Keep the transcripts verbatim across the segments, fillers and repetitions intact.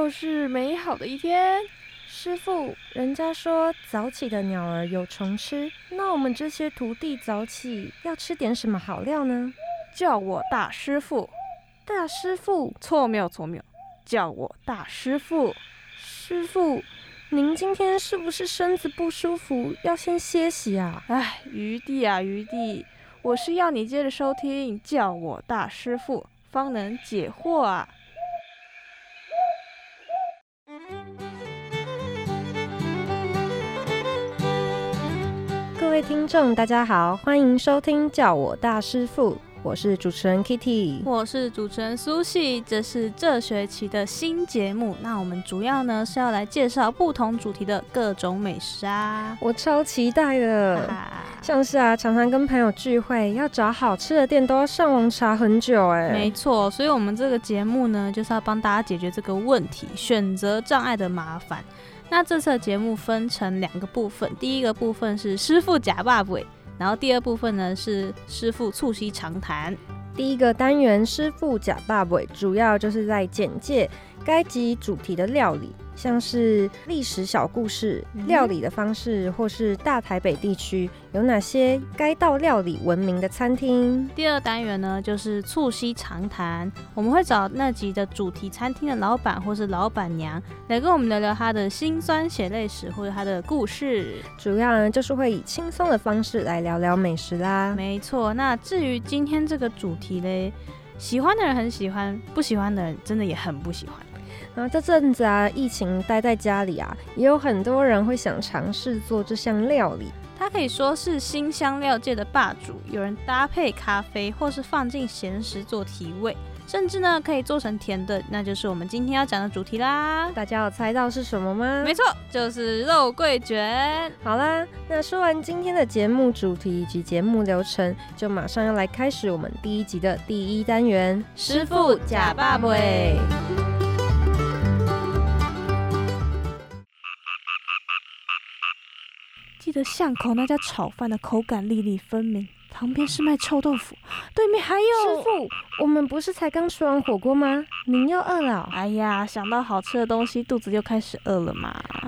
又是美好的一天。 师父，人家说早起的鸟儿有虫吃，那我们这些徒弟早起要吃点什么好料呢？ 叫我大师父。 大师父？ 错谬错谬，叫我大师父。 师父，您今天是不是身子不舒服，要先歇息啊？ 哎，余弟啊余弟，我是要你接着收听，叫我大师父，方能解惑啊。 各位听众大家好，欢迎收听叫我大师父，我是主持人 Kitty， 我是主持人苏西，这是这学期的新节目。那我们主要呢是要来介绍不同主题的各种美食啊， 我超期待的。 啊像是啊，常常跟朋友聚会，要找好吃的店都要上网查很久哎。 没错，所以我们这个节目呢，就是要帮大家解决这个问题，选择障碍的麻烦。那这次的节目分成两个部分，第一个部分是师父假爸尾，然后第二部分呢是师父促膝长谈。 第一个单元师父假爸尾，主要就是在简介该集主题的料理，像是历史小故事、嗯、料理的方式，或是大台北地区有哪些该道料理闻名的餐厅。 第二单元呢，就是促膝长谈，我们会找那集的主题餐厅的老板或是老板娘来跟我们聊聊他的辛酸血泪史或者他的故事。 主要呢，就是会以轻松的方式来聊聊美食啦。 没错，那至于今天这个主题嘞，喜欢的人很喜欢，不喜欢的人真的也很不喜欢。 然后这阵子啊，疫情待在家里啊，也有很多人会想尝试做这项料理。 它可以说是新香料界的霸主，有人搭配咖啡或是放进咸食做提味，甚至呢可以做成甜的，那就是我们今天要讲的主题啦。 大家有猜到是什么吗？ 没错，就是肉桂卷。 好啦，那说完今天的节目主题以及节目流程，就马上要来开始我们第一集的第一单元—— 师父假爸尾。记得巷口那家炒饭的口感粒粒分明，旁边是卖臭豆腐，对面还有…… 师父，我们不是才刚吃完火锅吗？您又饿了？ 哎呀，想到好吃的东西，肚子就开始饿了嘛。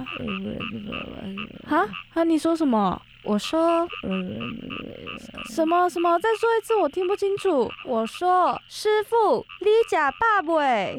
哈啊，你说什么？ 我说， 什么什么？再说一次，我听不清楚。 我说，师父，你假爸尾。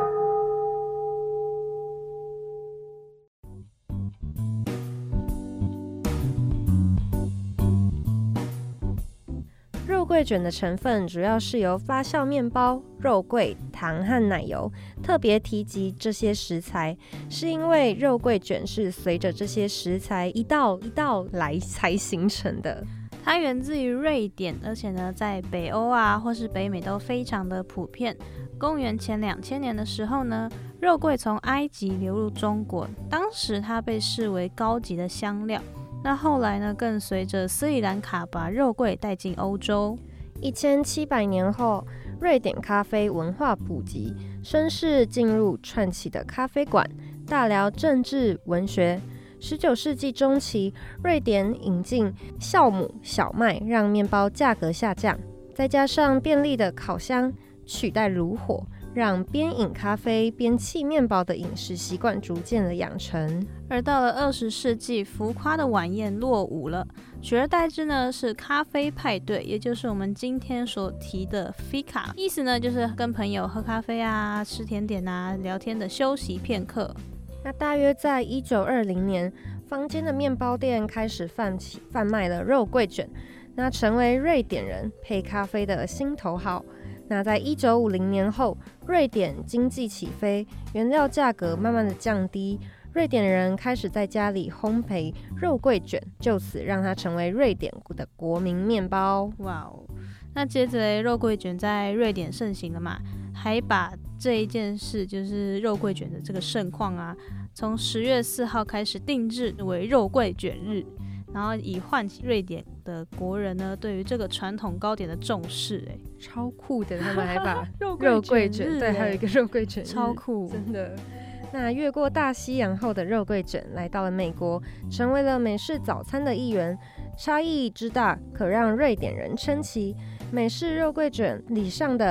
肉桂卷的成分主要是由发酵面包、肉桂、糖和奶油。特别提及这些食材，是因为肉桂卷是随着这些食材一道一道来才形成的。 它源自于瑞典，而且呢，在北欧啊或是北美都非常的普遍。公元前两千年的时候呢，肉桂从埃及流入中国，当时它被视为高级的香料。那后来呢，更随着斯里兰卡把肉桂带进欧洲。 一千七百年后，瑞典咖啡文化普及，绅士进入串起的咖啡馆，大聊政治、文学。十九世纪中期，瑞典引进酵母、小麦，让面包价格下降。再加上便利的烤箱取代炉火，让边饮咖啡边沏面包的饮食习惯逐渐的养成。 而到了二十世纪，浮夸的晚宴落伍了，取而代之呢是咖啡派对，也就是我们今天所提的 Fika， 意思呢就是跟朋友喝咖啡啊、吃甜点啊、聊天的休息片刻。 那大约在一九二零年，坊间的面包店开始贩起贩卖了肉桂卷，那成为瑞典人配咖啡的心头好。那在一九五零年后，瑞典经济起飞，原料价格慢慢的降低，瑞典人开始在家里烘焙肉桂卷，就此让它成为瑞典的国民面包。 哇哦！那接着肉桂卷在瑞典盛行了嘛，还把这一件事，就是肉桂卷的这个盛况啊，从十月四号开始定制为肉桂卷日，然后以唤起瑞典的国人呢对于这个传统糕点的重视。哎， 超酷的，他们还把肉桂卷，对，还有一个肉桂卷日， 超酷， 真的。那越过大西洋后的肉桂卷来到了美国，成为了美式早餐的一员。差异之大，可让瑞典人称奇。美式肉桂卷里上的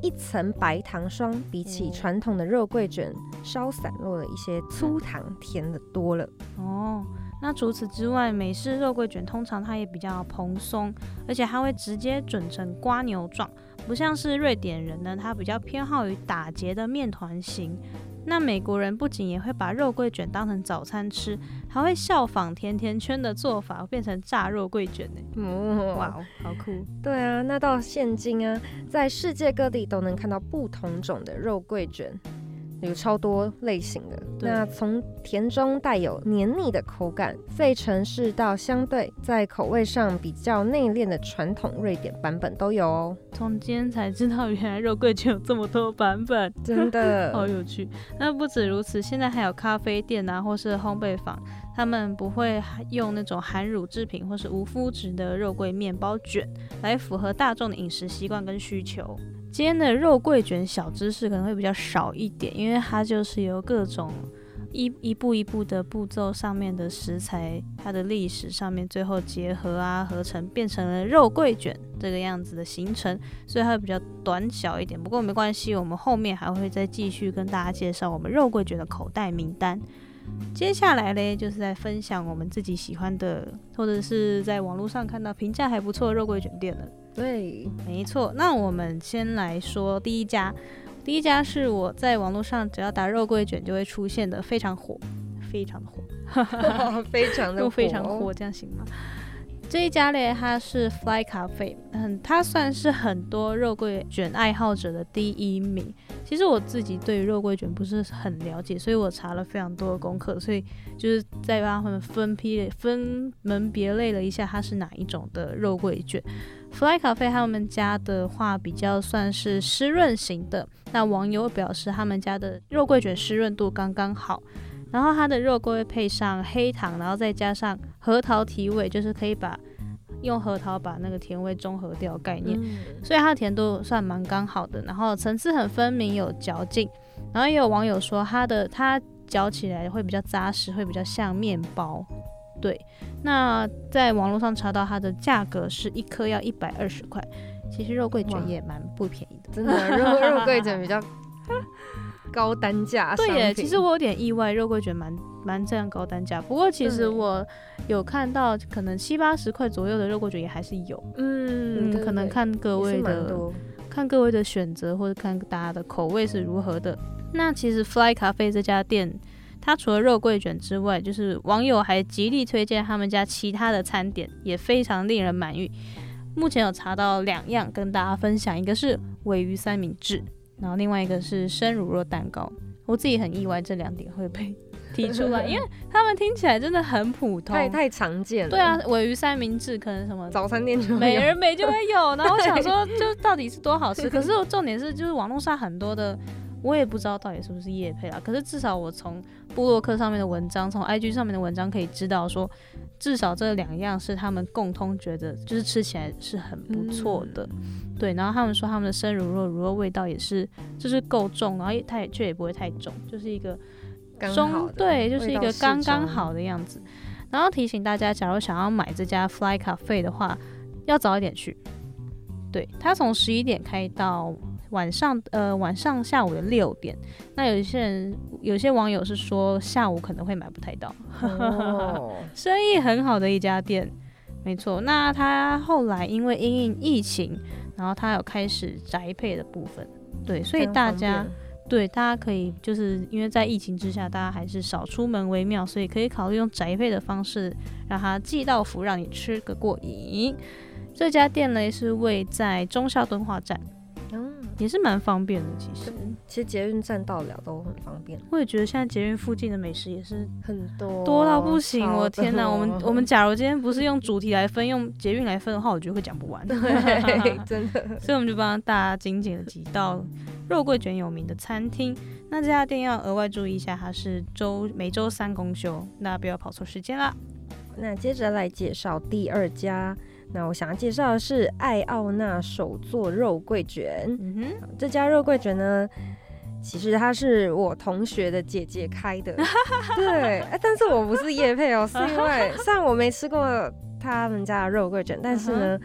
一层白糖霜，比起传统的肉桂卷稍散落了一些粗糖，甜的多了。 哦，那除此之外，美式肉桂卷通常它也比较蓬松，而且它会直接卷成瓜牛状，不像是瑞典人呢，他比较偏好于打结的面团型。那美国人不仅也会把肉桂卷当成早餐吃，还会效仿甜甜圈的做法，变成炸肉桂卷呢。 嗯， 哇，好酷！ 对啊，那到现今啊，在世界各地都能看到不同种的肉桂卷。有超多类型的，那从甜中带有黏腻的口感，费城市到相对在口味上比较内敛的传统瑞典版本都有哦。 从今天才知道，原来肉桂卷有这么多版本， 真的好有趣。那不止如此，现在还有咖啡店啊，或是烘焙坊，他们不会用那种含乳制品或是无麸质的肉桂面包卷，来符合大众的饮食习惯跟需求。今天的肉桂卷小知识可能会比较少一点，因为它就是由各种一一步一步的步骤上面的食材，它的历史上面最后结合啊合成，变成了肉桂卷这个样子的形成，所以它会比较短小一点。不过没关系，我们后面还会再继续跟大家介绍我们肉桂卷的口袋名单。接下来嘞，就是在分享我们自己喜欢的，或者是在网络上看到评价还不错的肉桂卷店了。 对， 没错。那我们先来说第一家，第一家是我在网络上只要打肉桂卷就会出现的，非常火，非常的火， 非常的火， 非常火，这样行吗？这一家嘞，它是 Fly Cafe， 嗯，它算是很多肉桂卷爱好者的第一名。其实我自己对于肉桂卷不是很了解，所以我查了非常多的功课，所以就是再帮他们分批分门别类了一下，它是哪一种的肉桂卷。Fly Cafe 他们家的话比较算是湿润型的，那网友表示他们家的肉桂卷湿润度刚刚好。然后它的肉桂会配上黑糖，然后再加上核桃提味，就是可以把用核桃把那个甜味中和掉概念，嗯、所以它的甜度算蛮刚好的，然后层次很分明，有嚼劲。然后也有网友说它的它嚼起来会比较扎实，会比较像面包。对，那在网络上查到它的价格是一颗要一百二十块，其实肉桂卷也蛮不便宜的， 真的肉肉桂卷比较高单价。 对耶，其实我有点意外，肉桂卷蛮蛮这样高单价。不过其实我有看到，可能七八十块左右的肉桂卷也还是有。嗯，嗯对对对，可能看各位的看各位的选择，或者看大家的口味是如何的。那其实 Fly Cafe 这家店，它除了肉桂卷之外，就是网友还极力推荐他们家其他的餐点，也非常令人满意。目前有查到两样跟大家分享，一个是鲔鱼三明治，然后另外一个是生乳酪蛋糕。我自己很意外这两点会被提出来，因为他们听起来真的很普通， 太太常见了。 对啊，鲔鱼三明治可能什么早餐店就美而美就会有，然后我想说，就到底是多好吃？可是重点是，就是网络上很多的，我也不知道到底是不是业配啦。可是至少我从部落客上面的文章，从 I G 上面的文章可以知道说，至少这两样是他们共通觉得就是吃起来是很不错的。嗯对，然后他们说他们的生乳酪乳酪味道也是，就是够重，然后它也却也不会太重，就是一个中对，就是一个刚刚好的样子。然后提醒大家，假如想要买这家 Fly Cafe 的话，要早一点去。对，它从十一点开到晚上，呃，晚上下午的六点。那有些人，有些网友是说下午可能会买不太到，哦、生意很好的一家店。没错，那他后来因为因应疫情，然后他有开始宅配的部分，对，所以大家对大家可以就是因为在疫情之下，大家还是少出门为妙，所以可以考虑用宅配的方式让它寄到府，让你吃个过瘾。这家店呢是位在忠孝敦化站。嗯，也是蛮方便的，其实。 其实捷运站到了都很方便。 我也觉得现在捷运附近的美食也是很多， 多到不行。我天哪，我们我们假如今天不是用主题来分，用捷运来分的话，我觉得会讲不完。 对，真的。 所以我们就帮大家精简了几道肉桂卷有名的餐厅。那这家店要额外注意一下，它是周每周三公休，大家不要跑错时间啦。 那接着来介绍第二家。那我想要介绍的是艾奥娜手作肉桂卷。嗯哼，这家肉桂卷呢，其实它是我同学的姐姐开的，对，但是我不是业配哦，是因为虽然我没吃过他们家的肉桂卷，但是呢，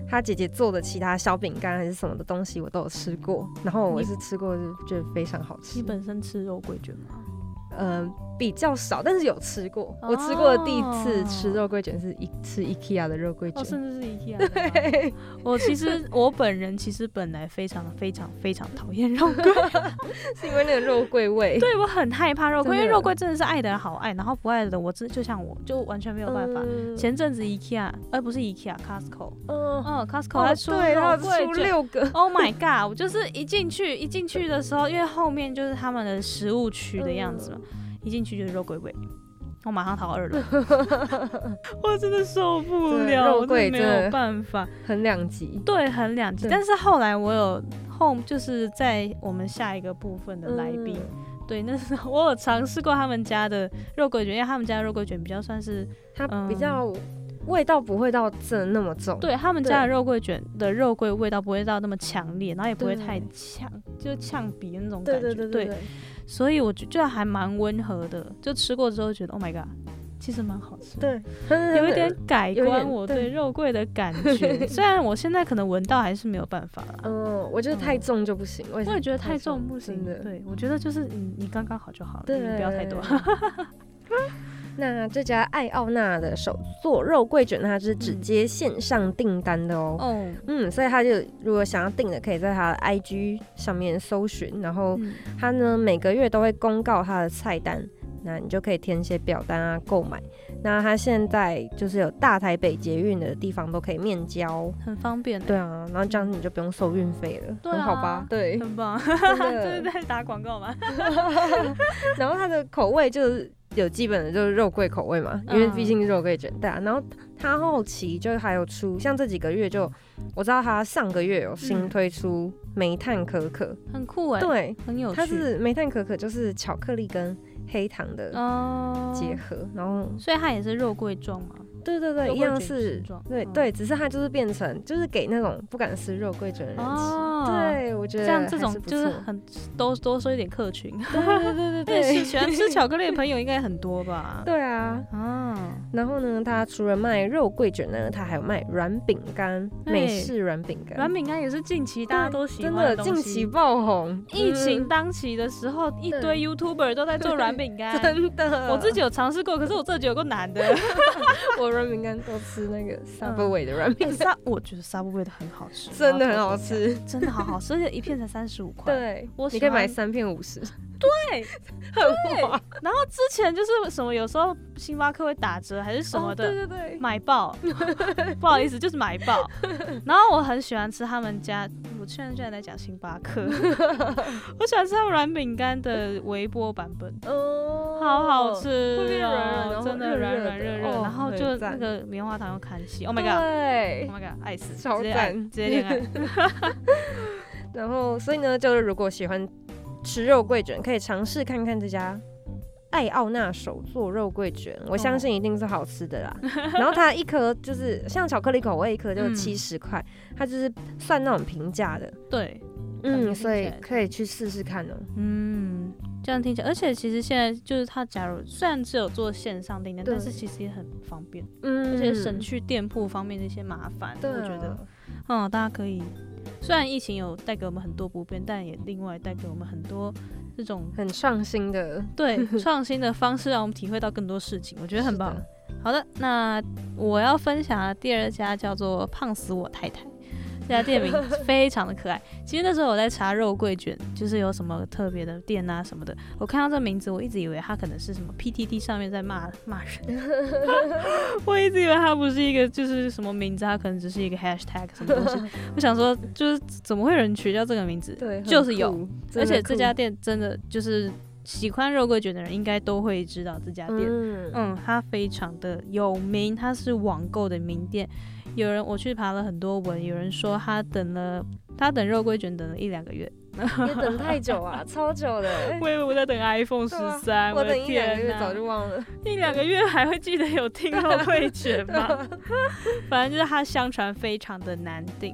他姐姐做的其他小饼干还是什么的东西，我都有吃过。然后我是吃过，就觉得非常好吃。 你本身吃肉桂卷吗？ 嗯、呃，比较少，但是有吃过。哦、我吃过的第一次吃肉桂卷是一吃 IKEA 的肉桂卷， 哦，甚至是 IKEA 的。对，我其实我本人其实本来非常非常非常讨厌肉桂， 是因为那个肉桂味。 对，我很害怕肉桂，因为肉桂真的是爱的人好爱，然后不爱的我真就像我就完全没有办法。嗯、前阵子 IKEA， 哎，不是 IKEA，Costco， 嗯嗯 ，Costco 还出肉桂卷，出六个。 Oh my god！ 我就是一进去一进去的时候，因为后面就是他们的食物区的样子嘛。嗯，一进去就是肉桂味，我马上逃二楼，我真的受不了，肉桂没有办法， 很两极， 对，很两极。但是后来我有后就是在我们下一个部分的来宾，嗯、对，那时候我有尝试过他们家的肉桂卷，因为他们家的肉桂卷比较算是它比较。嗯味道不会到真的那么重， 对他们家的肉桂卷的肉桂味道不会到那么强烈，然后也不会太呛，就是呛鼻的那种感觉， 对对对 对, 对，所以我觉得还蛮温和的，就吃过之后觉得 Oh my god， 其实蛮好吃， 对， 有一点改观我对肉桂的感觉，虽然我现在可能闻到还是没有办法啦， 嗯，我觉得太重就不行，嗯、 我也觉得太重不行，对，我觉得就是你你刚刚好就好了， 对， 你不要太多。 那这家艾奥娜的手做肉桂卷，它是只接线上订单的哦。嗯, 嗯，所以他就如果想要订的，可以在他的 I G 上面搜寻，然后他呢每个月都会公告他的菜单，那你就可以填写表单啊购买。那他现在就是有大台北捷运的地方都可以面交， 很方便、欸。 对啊，然后这样你就不用收运费了， 对啊、 很好吧？对， 很棒，这是在打广告吗？ 然后它的口味就是。有基本的就是肉桂口味嘛，因为毕竟是肉桂卷，对啊。然后它后期就还有出，像这几个月就我知道它上个月有新推出煤炭可可， 嗯、很酷哎、欸， 对， 很有趣。 它是煤炭可可，就是巧克力跟黑糖的结合，哦、然后所以它也是肉桂状嘛。 对对对，一样是，对、嗯、对，只是它就是变成就是给那种不敢吃肉桂卷的人吃。哦、对，我觉得像这种就是很多多收一点客群。 对对对对对， 喜欢吃巧克力的朋友应该很多吧？ 对啊，嗯。然后呢，它除了卖肉桂卷呢，它还有卖软饼干，美式软饼干。 软饼干也是近期大家都喜欢的东西， 真的近期爆红。 疫情当期的时候，一堆 YouTuber 都在做软饼干， 真的。 我自己有尝试过，可是我这觉得有够难的。 我软饼干都吃那个 Subway 的软饼干， 欸、我觉得 Subway 的很好吃， 真的很好吃， 真的好好吃，而且一片才三十五块。 对，你可以买三片五十。 对， 很划。 然后之前就是什么，有时候星巴克会打折还是什么的， 哦、对对对， 买爆，不好意思，就是买爆。然后我很喜欢吃他们家，我现在居然在讲星巴克，我喜欢吃他们软饼干的微波版本，哦，好好吃， 会变软软， 真的软软热热，然后就那个棉花糖又看戏 ，Oh my god，Oh my god， 爱死， 超赞， 直接恋爱。 然后，所以呢，就是如果喜欢吃肉桂卷，可以尝试看看这家艾奥娜手做肉桂卷，我相信一定是好吃的啦。哦、然后它一颗就是像巧克力口味，一颗就七十块，它就是算那种平价的。 对， 嗯，所以可以去试试看哦。 嗯，这样听起来，而且其实现在就是它，假如虽然只有做线上订单，但是其实也很方便，嗯，而且省去店铺方面的一些麻烦。 对、啊， 我觉得，嗯，大家可以。虽然疫情有带给我们很多不便，但也另外带给我们很多这种很创新的， 对创新的方式，让我们体会到更多事情，我觉得很棒。好的，那我要分享的第二家叫做胖死我太太。这家店名非常的可爱。其实那时候我在查肉桂卷，就是有什么特别的店啊什么的。我看到这名字，我一直以为它可能是什么 P T T 上面在骂骂人，我一直以为它不是一个就是什么名字，它可能只是一个 hashtag 什么东西。我想说，就是怎么会有人取叫这个名字？ 对， 就是有，而且这家店真的就是喜欢肉桂卷的人应该都会知道这家店。嗯, 嗯，它非常的有名，它是网购的名店。有人我去爬了很多文，有人说他等了他等肉桂卷等了一两个月， 也等太久啊，超久的。 我以为我在等 iPhone 十三， 我等一两个月早就忘了， 一两个月还会记得有订肉桂卷吗？反正就是它相传非常的难订。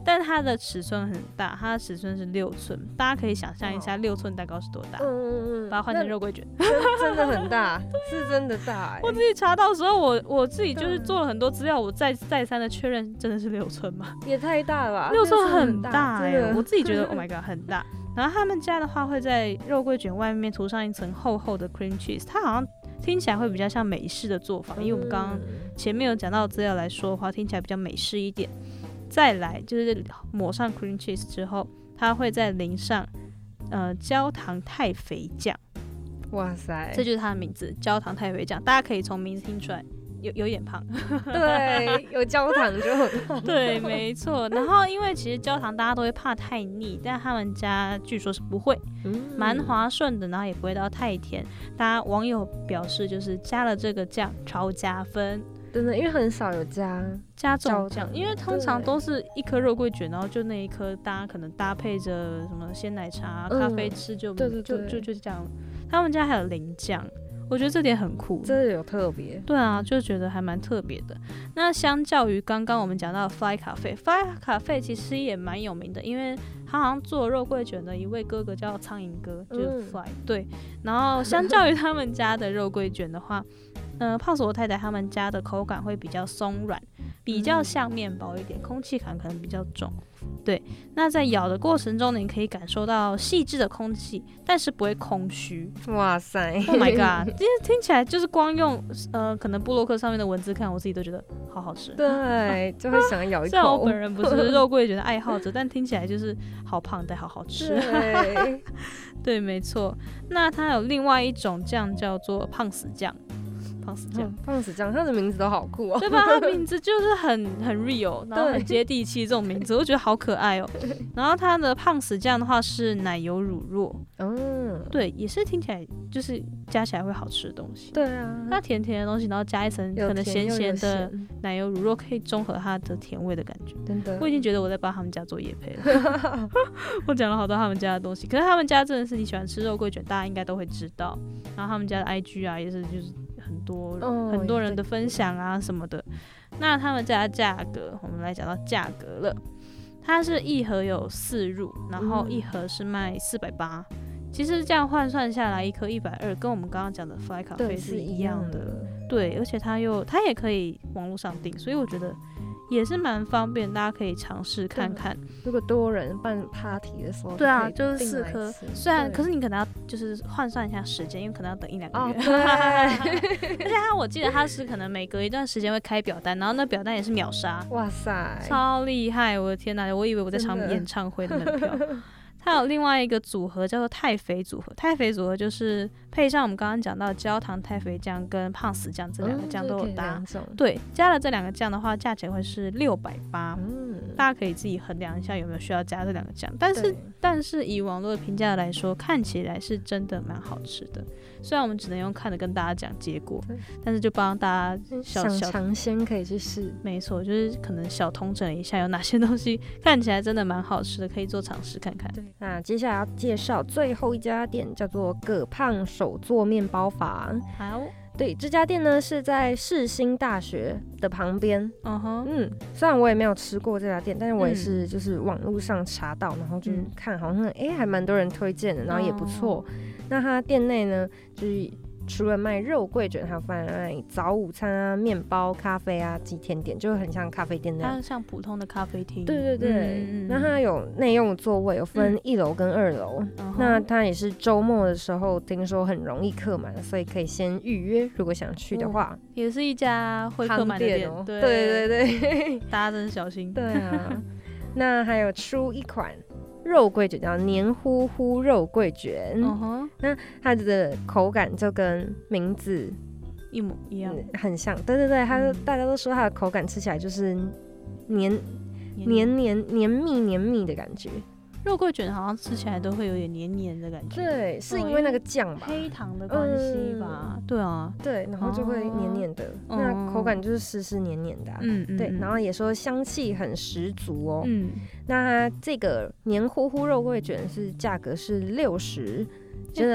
但是它的尺寸很大，它的尺寸是六寸，大家可以想象一下六寸蛋糕是多大，嗯嗯嗯，把它换成肉桂卷， 真的很大，是真的大、欸。 我自己查到的时候，我我自己就是做了很多资料，我再再三的确认，真的是六寸吗？ 也太大了吧， 六寸很大哎、 欸， 我自己觉得 ，Oh my god， 很大。然后他们家的话会在肉桂卷外面涂上一层厚厚的 cream cheese， 它好像听起来会比较像美式的做法，因为我们刚刚前面有讲到的资料来说的话，听起来比较美式一点。再来就是抹上 cream cheese 之后，它会再淋上呃焦糖太肥酱。 哇塞， 这就是它的名字，焦糖太肥酱。大家可以从名字听出来。有有点胖， 对，有焦糖就很胖， 对，没错。然后因为其实焦糖大家都会怕太腻，但他们家据说是不会，蛮、嗯、滑顺的，然后也不会到太甜。大家网友表示就是加了这个酱超加分， 真的，因为很少有加加这种酱，因为通常都是一颗肉桂卷，然后就那一颗大家可能搭配着什么鲜奶茶、嗯、咖啡吃就对对对就就就这样。他们家还有淋酱。我觉得这点很酷， 这有特别。 对啊，就觉得还蛮特别的。那相较于刚刚我们讲到的 Fly Cafe，Fly Cafe 其实也蛮有名的，因为他好像做肉桂卷的一位哥哥叫苍蝇哥，就是 Fly、嗯。对，然后相较于他们家的肉桂卷的话，呃，胖死我太太他们家的口感会比较松软，比较像面包一点，空气感可能比较重。对，那在咬的过程中，你可以感受到细致的空气，但是不会空虚。 哇塞 ！Oh my god！ 其实听起来就是光用呃，可能部落客上面的文字看，我自己都觉得好好吃。 对，就会想咬一口。 虽然我本人不是肉桂卷的爱好者，但听起来就是好胖但好好吃。 对， 对，没错。那它有另外一种酱叫做胖死酱。胖死酱、嗯， 胖死酱，它的名字都好酷哦， 对吧？它的名字就是很很 real， 然后很接地气，这种名字我觉得好可爱哦。然后它的胖死酱的话是奶油乳酪，嗯，对，也是听起来就是加起来会好吃的东西。 对啊， 它甜甜的东西，然后加一层可能咸咸的奶油乳酪，可以中和它的甜味的感觉。 真的， 我已经觉得我在帮他们家做业配了。我讲了好多他们家的东西，可是他们家真的是你喜欢吃肉桂卷，大家应该都会知道。然后他们家的 I G 啊，也是就是。很多、oh, 很多人的分享啊什么的，那他们家的价格，我们来讲到价格了。它是一盒有四入，然后一盒是卖四百八。其实这样换算下来，一颗一百二，跟我们刚刚讲的 Fly Cafe 是一样的。对，而且它又它也可以网络上订，所以我觉得也是蛮方便，大家可以尝试看看。 如果多人办 party 的时候， 对啊，就是四颗。虽然，可是你可能要就是换算一下时间，因为可能要等一两个月。哦、对而且它，我记得它是可能每隔一段时间会开表单，然后那表单也是秒杀。 哇塞， 超厉害！我的天哪，我以为我在场演唱会的门票。它有另外一个组合叫做太肥组合，太肥组合就是配上我们刚刚讲到焦糖太肥酱跟胖死酱这两个酱都有搭、嗯，对，加了这两个酱的话，价钱会是六百八，大家可以自己衡量一下有没有需要加这两个酱。但是但是以网络的评价来说，看起来是真的蛮好吃的。虽然我们只能用看的跟大家讲结果，但是就帮大家小想尝鲜可以去试。 没错，就是可能小统整一下有哪些东西看起来真的蛮好吃的，可以做尝试看看。 对，那接下来要介绍最后一家店，叫做葛胖手做面包房。 好。 对，这家店呢是在世新大学的旁边。嗯哼，嗯，虽然我也没有吃过这家店，但是我也是就是网络上查到，然后就是看好像哎、欸、还蛮多人推荐的，然后也不错。嗯、那它店内呢，就是除了卖肉桂卷，还有卖早午餐啊、面包、咖啡啊及甜点，就很像咖啡店那样。 它像普通的咖啡厅。 对对对，嗯、那它有内用座位，有分一楼跟二楼。嗯、那它也是周末的时候，听说很容易客满，所以可以先预约，如果想去的话。 嗯、也是一家会客满的店哦。 对对对对， 大家真是小心。 对啊，那还有出一款肉桂卷叫黏糊糊肉桂卷， uh-huh. 那它的口感就跟名字一模一样， 嗯、很像。对对对，它、嗯、大家都说它的口感吃起来就是黏黏黏黏密黏密的感觉。 肉桂卷好像吃起来都会有点黏黏的感觉， 对，是因为那个酱吧， 黑糖的关系吧、嗯，对啊， 对，然后就会黏黏的，哦、那口感就是湿湿黏黏的、啊，嗯嗯，对，然后也说香气很十足哦，嗯，那它这个黏糊糊肉桂卷是价格是六十，真的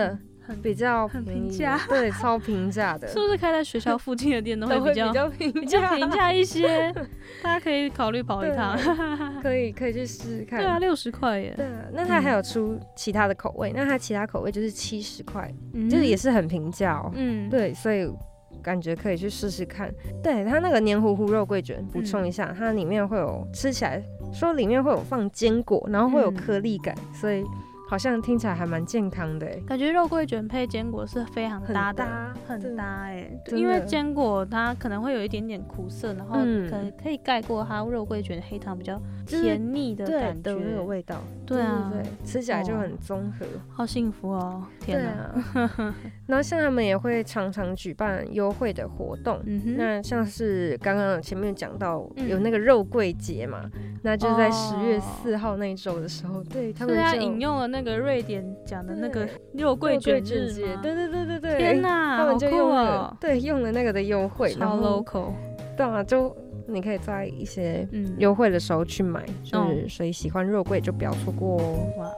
很比较很便宜平价， 对，超平价的， 是不是开在学校附近的店都会比较比较平比较平价一些？大家可以考虑跑一趟， 可以可以去试试看。 对啊，六十块耶。 对啊，那它还有出其他的口味，嗯、那它其他口味就是七十块， 嗯、 就是也是很平价哦。 嗯， 对，所以感觉可以去试试看。对，它那个黏糊糊肉桂卷，补充一下，嗯、它里面会有吃起来说里面会有放坚果，然后会有颗粒感，嗯、所以。好像听起来还蛮健康的， 感觉肉桂卷配坚果是非常搭的，很搭，很搭哎。因为坚果它可能会有一点点苦涩，然后可能可以盖过它肉桂卷黑糖比较甜腻的感觉， 对的那个味道。 对啊， 对对对，吃起来就很综合， 好幸福哦！天哪！ 啊、然后像他们也会常常举办优惠的活动，嗯、那像是刚刚前面讲到有那个肉桂节嘛，嗯、那就是在十月四号那一周的时候，哦、对他们就引用了那个瑞典讲的那个肉桂卷日吗？ 对对对对对， 天哪， 他们就用了、 哦、 对用了那个的优惠， 超 local， 对啊，就你可以在一些优惠的时候去买，嗯、就是、所以喜欢肉桂就不要错过哦。哇。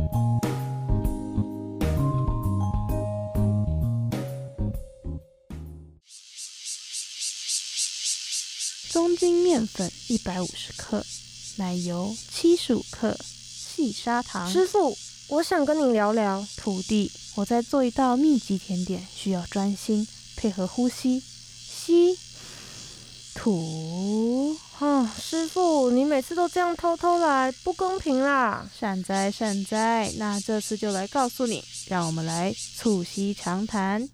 中筋面粉一百五十克，奶油七十五克，细砂糖。 师傅，我想跟你聊聊。 徒弟，我在做一道秘籍甜点，需要专心，配合呼吸，吸，吐。 哦，师傅，你每次都这样偷偷来，不公平啦！ 善哉善哉，那这次就来告诉你，让我们来促膝长谈。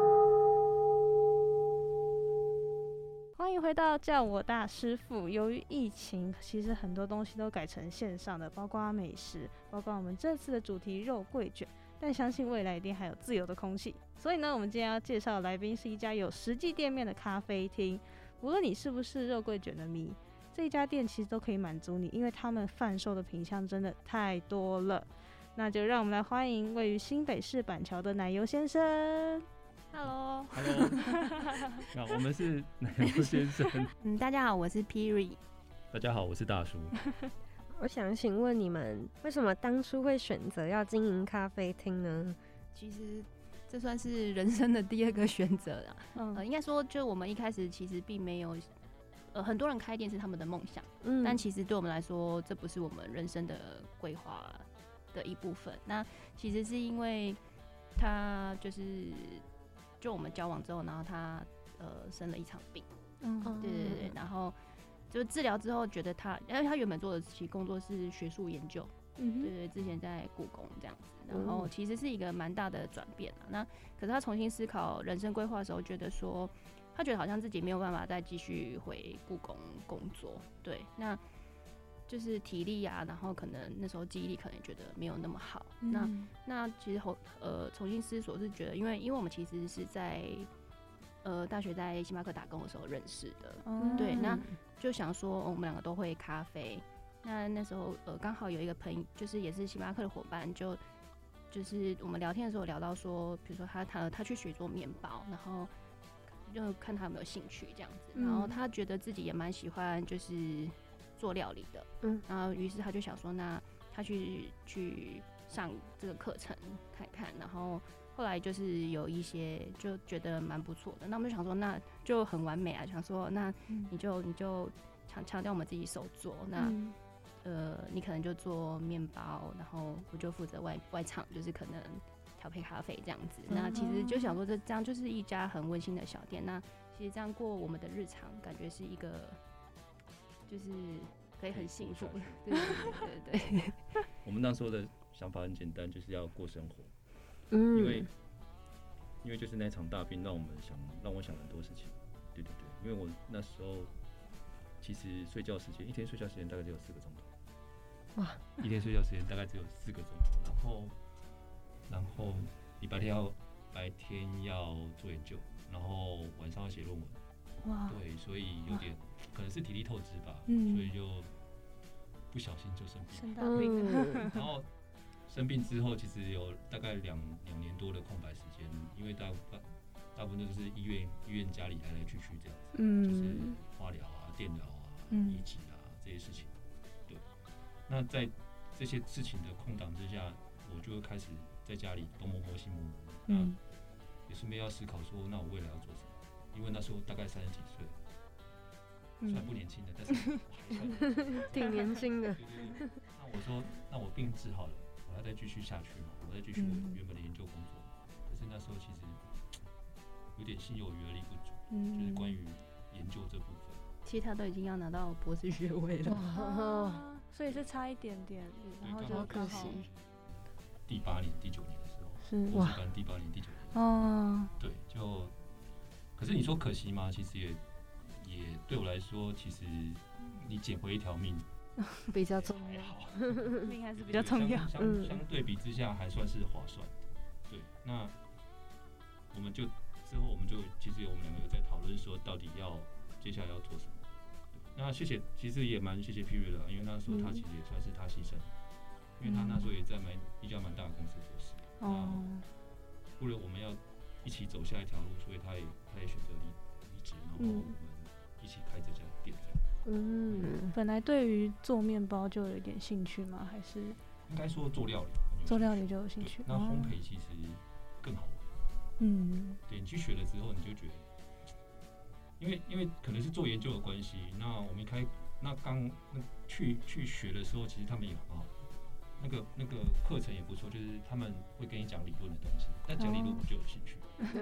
欢迎回到叫我大师傅。由于疫情，其实很多东西都改成线上的，包括美食，包括我们这次的主题肉桂卷。但相信未来一定还有自由的空气。所以呢，我们今天要介绍的来宾是一家有实际店面的咖啡厅。无论你是不是肉桂卷的迷，这一家店其实都可以满足你，因为他们贩售的品项真的太多了。那就让我们来欢迎位于新北市板桥的奶油先生。 Hello， Hello， 那我们是奶油先生。 嗯，大家好，我是 Piri。 大家好，我是大叔。 我想请问你们，为什么当初会选择要经营咖啡厅呢？ 其实这算是人生的第二个选择啦。嗯、呃，应该说，就我们一开始其实并没有，呃，很多人开店是他们的梦想，嗯，但其实对我们来说，这不是我们人生的规划的一部分。那其实是因为他就是。就我们交往之后，然后他呃生了一场病，嗯，对对对，然后就治疗之后，觉得他，因为他原本做的其工作是学术研究，嗯，对对，之前在故宫这样子，然后其实是一个蛮大的转变了。那可是他重新思考人生规划的时候，觉得说，他觉得好像自己没有办法再继续回故宫工作，对，那就是体力啊，然后可能那时候记忆力可能也觉得没有那么好。嗯、那那其实后呃重新思索是觉得，因为因为我们其实是在呃大学在星巴克打工的时候认识的，嗯、对，那就想说、哦、我们两个都会咖啡。那那时候呃刚好有一个朋友，就是也是星巴克的伙伴，就就是我们聊天的时候聊到说，比如说他他他去学做面包，然后就看他有没有兴趣这样子，嗯、然后他觉得自己也蛮喜欢就是做料理的，嗯，然后于是他就想说，那他去去上这个课程看看，然后后来就是有一些就觉得蛮不错的，那我们就想说，那就很完美啊，想说那你就你就强强调我们自己手做，那、嗯、呃你可能就做面包，然后我就负责外外场，就是可能调配咖啡这样子。嗯、那其实就想说这这样就是一家很温馨的小店，那其实这样过我们的日常，感觉是一个。就是可以很幸福，对对对对对。 我们那时候的想法很简单，就是要过生活。嗯，因为因为就是那场大病，让我们想让我想很多事情。对对对，因为我那时候其实睡觉时间一天睡觉时间大概只有四个钟头。哇！一天睡觉时间大概只有四个钟头，然后然后你白天要白天要做研究，然后晚上要写论文。哇！对，所以有点可能是体力透支吧，嗯、所以就不小心就生病，生大病了。嗯、然后生病之后，其实有大概两两年多的空白时间，因为大大部分都是医院医院家里来来去去这样子，嗯、就是化疗啊、电疗啊、移植啊这些事情。对，那在这些事情的空档之下， 我就会开始在家里东摸摸西摸摸，嗯，也顺便要思考说，那我未来要做什么？因为那时候大概三十几岁，虽然不年轻的，但是我还算挺年轻的。 对对对。那我说，那我病治好了，我要再继续下去嘛，我再继续我原本的研究工作嘛。可是那时候其实有点心有余而力不足，嗯、就是关于研究这部分。 其实他都已经要拿到博士学位了， 哦、所以是差一点点，然后就可惜。 第八年、第九年的时候，是博士班第八年、第九年。哦。对，就。可是你说可惜吗？其实也也对我来说，其实你捡回一条命比较重要， 命还是比较重要。 相相相对比之下，还算是划算。对，那我们就之后我们就其实我们两个有在讨论说，到底要接下来要做什么。那谢谢，其实也蛮谢谢 P 瑞的，因为那时候他其实也算是他牺牲，因为他那时候也在蛮一家蛮大的公司做事。哦。为了我们要一起走下一条路，所以他也他也选择离离职，然后我们一起开这家店这样。 嗯，本来对于做面包就有一点兴趣吗？还是应该说做料理， 做料理就有兴趣。 那烘焙其实更好玩。嗯，对你去学了之后，你就觉得，因为因为可能是做研究的关系，那我们一开那刚那去去学的时候，其实他们也很好。那个那个课程也不错，就是他们会跟你讲理论的东西，但讲理论我就有兴趣。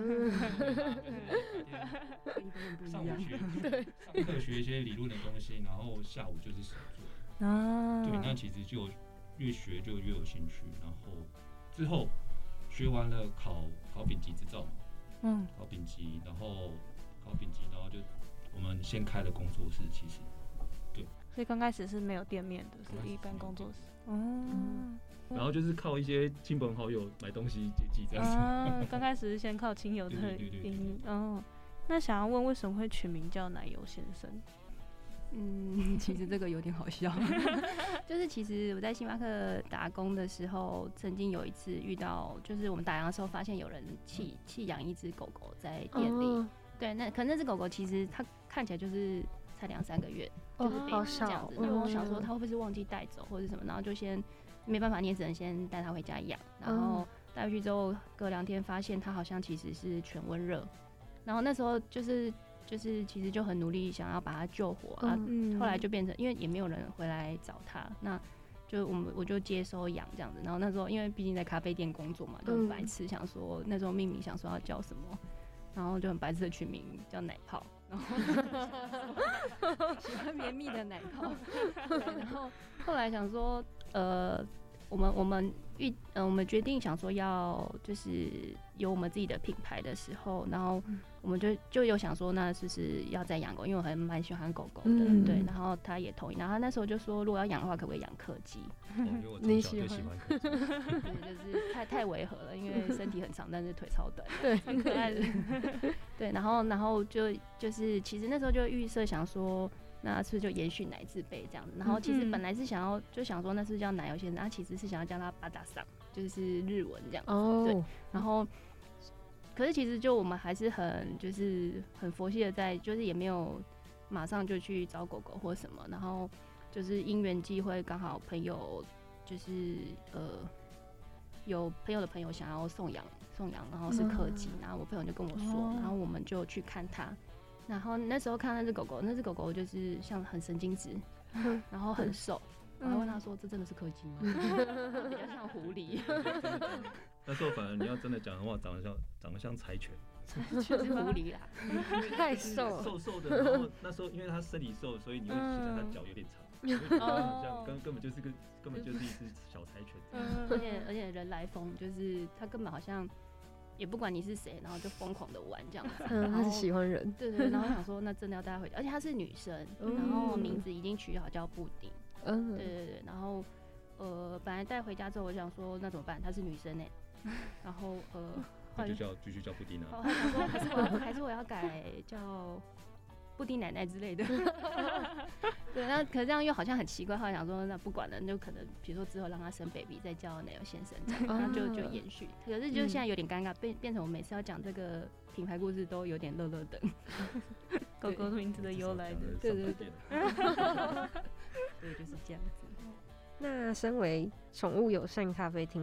上午学，上课学一些理论的东西，然后下午就是实作。啊，对，那其实就越学就越有兴趣，然后之后学完了考考丙级执照嘛，嗯，考丙级，然后考丙级，然后就我们先开了工作室，其实。对， 所以刚开始是没有店面的，是一般工作室。嗯， 然后就是靠一些亲朋好友买东西接济这样子。 啊，刚开始是先靠亲友的营运。哦，那想要问为什么会取名叫奶油先生？ 嗯，其实这个有点好笑，就是其实我在星巴克打工的时候，曾经有一次遇到，就是我们打烊的时候发现有人弃弃养一只狗狗在店里。哦、对，那可能那只狗狗其实它看起来就是才两三个月，就是 baby 这样子。因为我想说它会不会是忘记带走或者什么，然后就先没办法，你也只能先带它回家养。然后带回去之后，隔两天发现它好像其实是全温热，然后那时候就是。就是其实就很努力想要把它救活啊，嗯、后来就变成因为也没有人回来找他，那就我们我就接收养这样子。然后那时候因为毕竟在咖啡店工作嘛，就很白痴，想说那时候命名想说要叫什么，然后就很白痴的取名叫奶泡，然后喜欢绵密的奶泡。然后后来想说，呃，我们我们预呃我们决定想说要就是有我们自己的品牌的时候，然后我们就就有想说，那是不是要再养狗？因为我还蛮喜欢狗狗的，嗯、对。然后他也同意，然后他那时候就说，如果要养的话，可不可以养柯基？ 哦、你喜欢？ 对，就是太太违和了，因为身体很长，但是腿超短，对，很可爱的。对，然后然后就就是其实那时候就预设想说。那是不是就延续奶字辈这样子？然后其实本来是想要就想说那是叫奶油先生，他其实是想要叫他巴达桑，就是日文这样子。哦。对。然后，可是其实就我们还是很就是很佛系的在，就是也没有马上就去找狗狗或什么。然后就是因缘际会，刚好朋友就是呃有朋友的朋友想要送养送养，然后是柯基，然后我朋友就跟我说，哦、然后我们就去看他。然后那时候看那只狗狗，那只狗狗就是像很神经质，然后很瘦。然后问他说：“这真的是柯基吗？”比较像狐狸。 那时候反而你要真的讲的话，长得像长得像柴犬， 就是狐狸啦， 太瘦， 瘦瘦的。然后那时候因为它身体瘦，所以你会觉得它脚有点长，像根根本就是个根本就是一只小柴犬。 而且而且人来疯，就是它根本好像。也不管你是谁，然后就疯狂的玩这样子。 嗯，他是喜欢人。 对 对, 对，然后想说那真的要带她回家，而且她是女生，嗯、然后名字已经取好叫布丁。嗯，对对对，然后呃，本来带回家之后，我想说那怎么办？她是女生哎，然后呃， 那就叫继续叫布丁啊。 我还想说还是我要还是我要改叫布丁奶奶之类的。对，那可是这样又好像很奇怪，后来想说那不管了，就可能比如说之后让他生 baby 再叫奶油先生，然后就就延续。可是就现在有点尴尬，变变成我每次要讲这个品牌故事都有点乐乐等。狗狗名字的由来的，对对对。对，就是这样子。 那身为宠物友善咖啡厅们，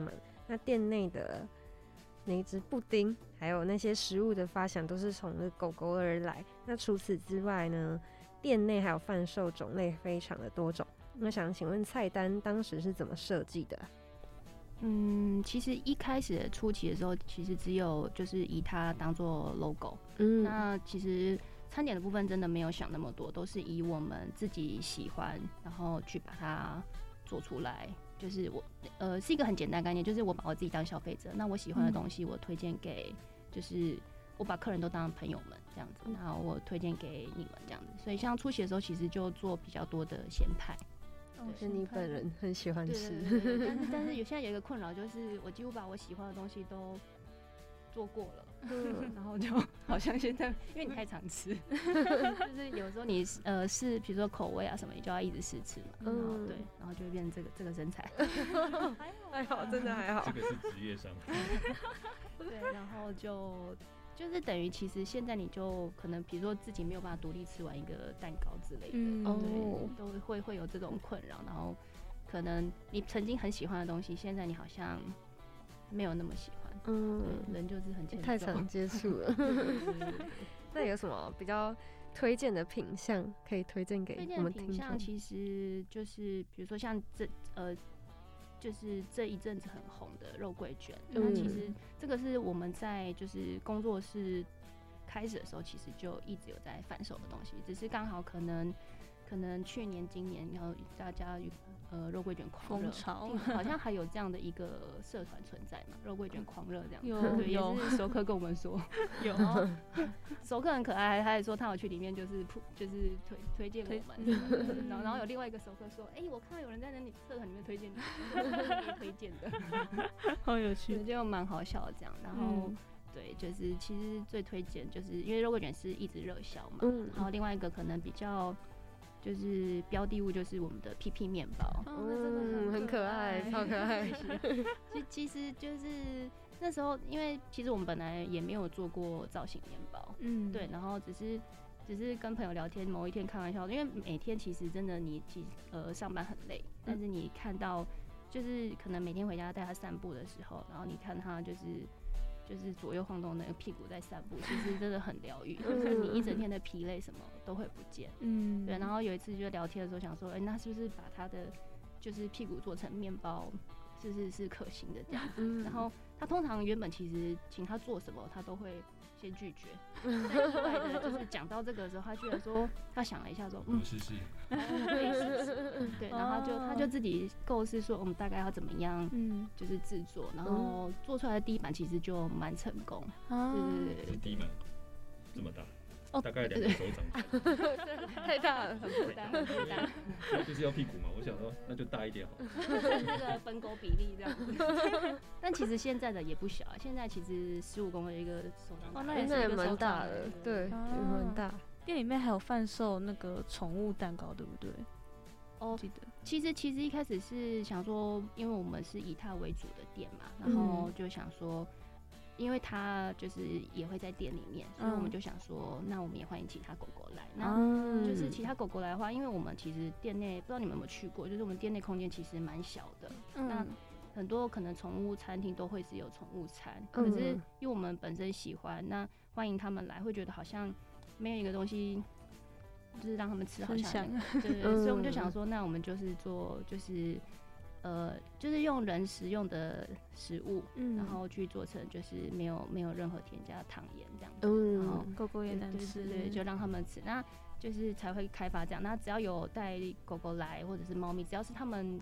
那店内的那一只布丁，还有那些食物的发想都是从那狗狗而来。那除此之外呢，店内还有贩售种类非常的多种。那想请问菜单当时是怎么设计的？ 嗯，其实一开始初期的时候，其实只有就是以它当做 logo。嗯，那其实餐点的部分真的没有想那么多，都是以我们自己喜欢，然后去把它做出来。就是我呃是一个很简单的概念，就是我把我自己当消费者，那我喜欢的东西我推荐给，就是我把客人都当朋友们这样子，然后我推荐给你们这样子。所以像初期的时候，其实就做比较多的咸派。 是你本人很喜欢吃， 对对对对但是但是有现在有一个困扰，就是我几乎把我喜欢的东西都做过了，嗯、然后就好像现在因为你太常吃，就是有时候你呃是比如说口味啊什么，你就要一直试吃嘛，嗯、然后对，然后就会变成这个这个身材， 还好真的还好， 这个是职业伤害， 对，然后就。就是等于，其实现在你就可能，比如说自己没有办法独立吃完一个蛋糕之类的，嗯、对，都会会有这种困扰。然后可能你曾经很喜欢的东西，现在你好像没有那么喜欢。嗯，对，人就是很太常接触了。那有什么比较推荐的品项可以推荐给我们听众？推荐的品项其实就是比如说像这呃。就是这一阵子很红的肉桂卷，那、嗯、其实这个是我们在就是工作室开始的时候，其实就一直有在贩售的东西，只是刚好可能可能去年、今年，然后大家呃肉桂卷狂热，好像还有这样的一个社团存在嘛，肉桂卷狂热这样子， 有对，也是熟客跟我们说有，熟客很可爱，他还说他有去里面就是就是推推荐我们，然后然后有另外一个熟客说，哎、欸，我看到有人在那里社团里面推荐你，我推荐的， 好有趣， 就蛮好笑的这样，然后。嗯对，就是其实最推荐，就是因为肉桂卷是一直热销嘛，嗯，然后另外一个可能比较就是标的物就是我们的屁屁面包， 哦，那真的很很可爱，超可爱。 其其实就是那时候，因为其实我们本来也没有做过造型面包，嗯，对，然后只是只是跟朋友聊天，某一天开玩笑，因为每天其实真的你其呃上班很累，但是你看到就是可能每天回家带他散步的时候，然后你看他就是。就是左右晃动那个屁股在散步，其实真的很疗愈，就是你一整天的疲累什么都会不见。嗯，对。然后有一次就聊天的时候想说，哎、欸，那是不是把他的就是屁股做成面包，是是是可行的这样子？嗯、然后他通常原本其实请他做什么，他都会先拒绝。但意外的就是讲到这个的时候，他居然说他想了一下说，嗯， 试试， 可以试试。对，然后他就他就自己构思说，我们大概要怎么样，嗯，就是制作，然后做出来的第一版其实就蛮成功。啊，对对对对， 第一版这么大。哦，大概两个手掌， 太大了， 很负担，很负担。 就是要屁股嘛，我想说那就大一点好了。 那个分沟比例这样子。但其实现在的也不小，现在其实十五公分一个手掌， 哦，那也是蛮大的，对，也蛮大。 店里面还有贩售那个宠物蛋糕，对不对？ 哦，记得。其实其实一开始是想说，因为我们是以它为主的店嘛，然后就想说。因为他就是也会在店里面，所以我们就想说，嗯、那我们也欢迎其他狗狗来。那就是其他狗狗来的话，因为我们其实店内不知道你们有没有去过，就是我们店内空间其实蛮小的。嗯、那很多可能宠物餐厅都会是有宠物餐，可是因为我们本身喜欢，那欢迎他们来，会觉得好像没有一个东西就是让他们吃，好像对对对，所以我们就想说，那我们就是做就是。呃，就是用人食用的食物，嗯、然后去做成就是没有没有任何添加糖盐这样子，嗯、然后狗狗也能吃， 对对，就让他们吃，那就是才会开发这样。那只要有带狗狗来或者是猫咪，只要是他们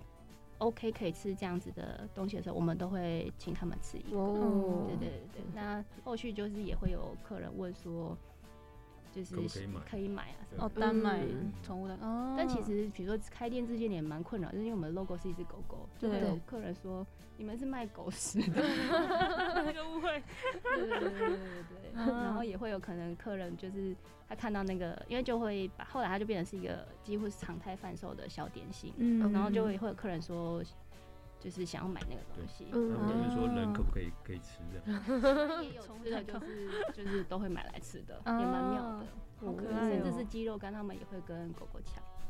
OK 可以吃这样子的东西的时候，我们都会请他们吃一个。哦，对对对对。那后续就是也会有客人问说。就是可以买， 可以买啊， 哦，单买宠物的。哦， 但其实比如说开店之间也蛮困扰，就是因为我们 logo 是一只狗狗，就会有客人说你们是卖狗食的， 那个误会。 对对对对对对。然后也会有可能客人就是他看到那个，因为就会把后来他就变成是一个几乎是常态贩售的小点心，嗯，然后就会会有客人说。就是想要买那个东西， 嗯，他们说人可不可以可以吃这样？ 也有吃的，就是就是都会买来吃的，也蛮妙的。 好可爱哦！ 甚至是鸡肉干，他们也会跟狗狗抢。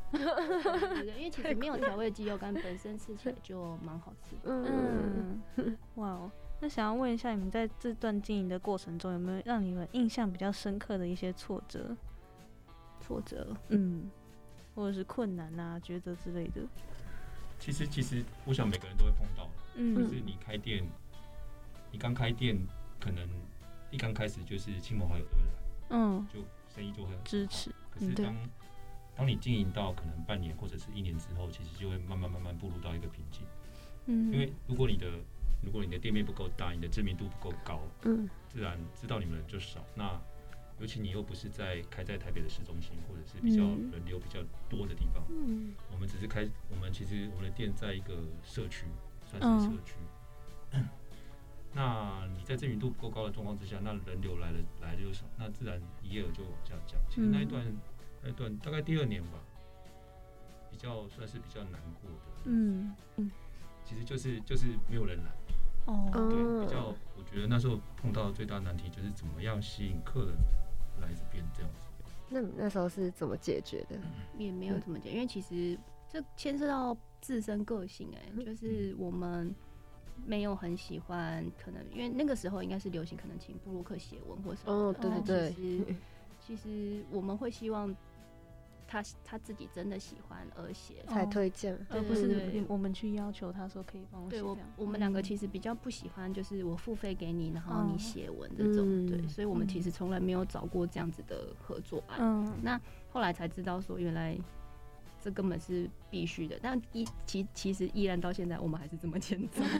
对对对，因为其实没有调味鸡肉干本身吃起来就蛮好吃的。嗯， 哇哦。那想要问一下，你们在这段经营的过程中，有没有让你们印象比较深刻的一些挫折？ 挫折， 嗯，或者是困难啊、抉择之类的。 其实，其实我想每个人都会碰到，嗯，就是你开店，你刚开店，可能一刚开始就是亲朋好友都会来，嗯，就生意就会很支持。 可是当、嗯、当你经营到可能半年或者是一年之后，其实就会慢慢慢慢步入到一个瓶颈，嗯，因为如果你的如果你的店面不够大，你的知名度不够高，嗯，自然知道你们的人就少。那尤其你又不是在开在台北的市中心，或者是比较人流比较多的地方，嗯，我们只是开，我们其实我们的店在一个社区，算是社区。嗯、那你在知名度不够高的状况之下，那人流来了来的就少，那自然营业额就往下降。其实那一段、嗯、那一段大概第二年吧，比较算是比较难过的，嗯嗯，其实就是就是没有人来。哦，对，比较，我觉得那时候碰到的最大难题就是怎么样吸引客人来这边这样子。 那你那时候是怎么解决的？ 也没有怎么解决，因为其实这牵涉到自身个性、欸，哎，就是我们没有很喜欢，可能因为那个时候应该是流行，可能请部落客写文或什么的。哦，对对对。其实，其实我们会希望。他他自己真的喜欢而写才推荐， 而不是我们去要求他说可以帮我写。 对，我我们两个其实比较不喜欢，就是我付费给你，然后你写文这种，嗯、对，所以我们其实从来没有找过这样子的合作案。嗯，那后来才知道说，原来这根本是必须的，但依其其实依然到现在，我们还是这么前走，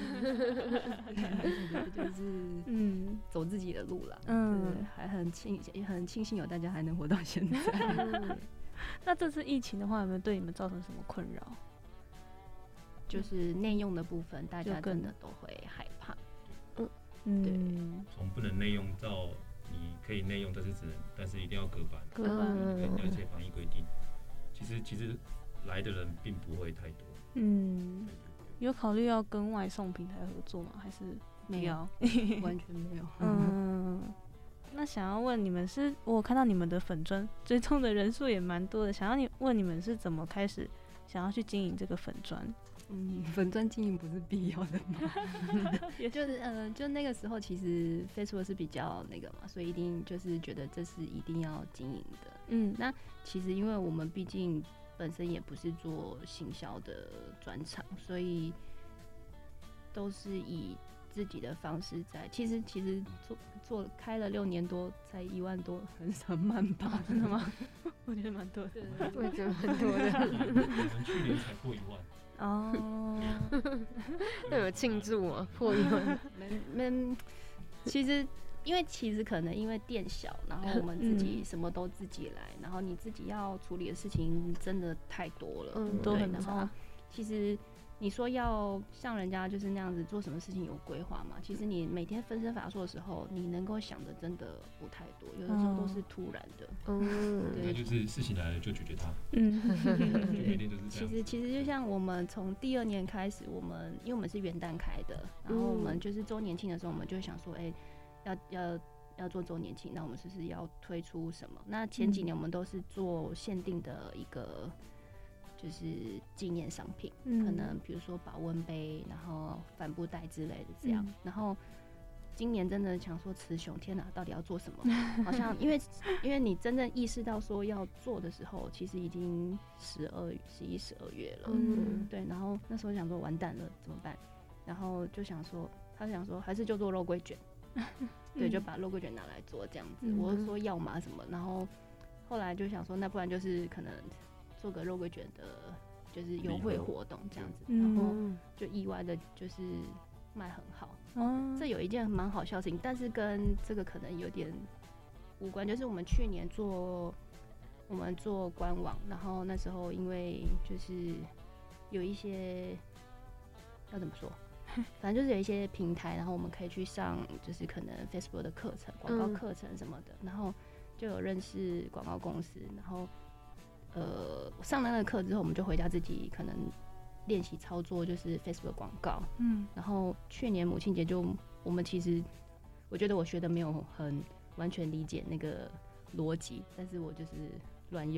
就是嗯走自己的路了。嗯，还很庆也很庆幸有大家还能活到现在。嗯那这次疫情的话，有没有对你们造成什么困扰？ 就是内用的部分，大家真的都会害怕。嗯，对， 从不能内用到你可以内用，但是只能，但是一定要隔板， 隔板， 跟了解防疫规定。其实其实来的人并不会太多。嗯， 有考虑要跟外送平台合作吗？还是没有？完全没有。 嗯。那想要问你们是，我有看到你们的粉专追踪的人数也蛮多的，想要你问你们是怎么开始想要去经营这个粉专？ 嗯，粉专经营不是必要的吗？也就是呃，就那个时候其实 Facebook 是比较那个嘛，所以一定就是觉得这是一定要经营的。嗯，那其实因为我们毕竟本身也不是做行销的专场，所以都是以自己的方式在，其实其实做做开了六年多，才一万多，很很慢吧？真的吗？ 我觉得蛮多的， 我也觉得蛮多的。 我们去年才破一万哦，那有庆祝吗？破一万？ 没没，其实因为其实可能因为店小，然后我们自己什么都自己来，然后你自己要处理的事情真的太多了， 嗯，都很杂。 其实。你说要像人家就是那样子做什么事情有规划嘛？其实你每天分身乏术的时候，你能够想的真的不太多，有的时候都是突然的。嗯， 对，那就是事情来了就解决它。嗯，就每天都是这样。 其实其实就像我们从第二年开始，我们因为我们是元旦开的，然后我们就是周年庆的时候，我们就想说，哎、欸，要要要做周年庆，那我们是不是要推出什么？那前几年我们都是做限定的一个。就是纪念商品，嗯、可能比如说保温杯，然后帆布袋之类的这样。嗯、然后今年真的想说，雌雄天哪，到底要做什么？好像因为因为你真正意识到说要做的时候，其实已经十二、十一、十二月了。嗯，对。然后那时候想说完蛋了怎么办？然后就想说，他想说还是就做肉桂卷，对，就把肉桂卷拿来做这样子。嗯、我就说要嘛什么，然后后来就想说，那不然就是可能。做个肉桂卷的，就是优惠活动这样子，嗯、然后就意外的就是卖很好。嗯、这有一件蛮好笑的事情，但是跟这个可能有点无关。就是我们去年做，我们做官网，然后那时候因为就是有一些要怎么说，反正就是有一些平台，然后我们可以去上，就是可能 Facebook 的课程、广告课程什么的，嗯、然后就有认识广告公司，然后。呃，上了那个课之后，我们就回家自己可能练习操作，就是 Facebook 广告。嗯，然后去年母亲节就我们其实，我觉得我学的没有很完全理解那个逻辑，但是我就是乱用，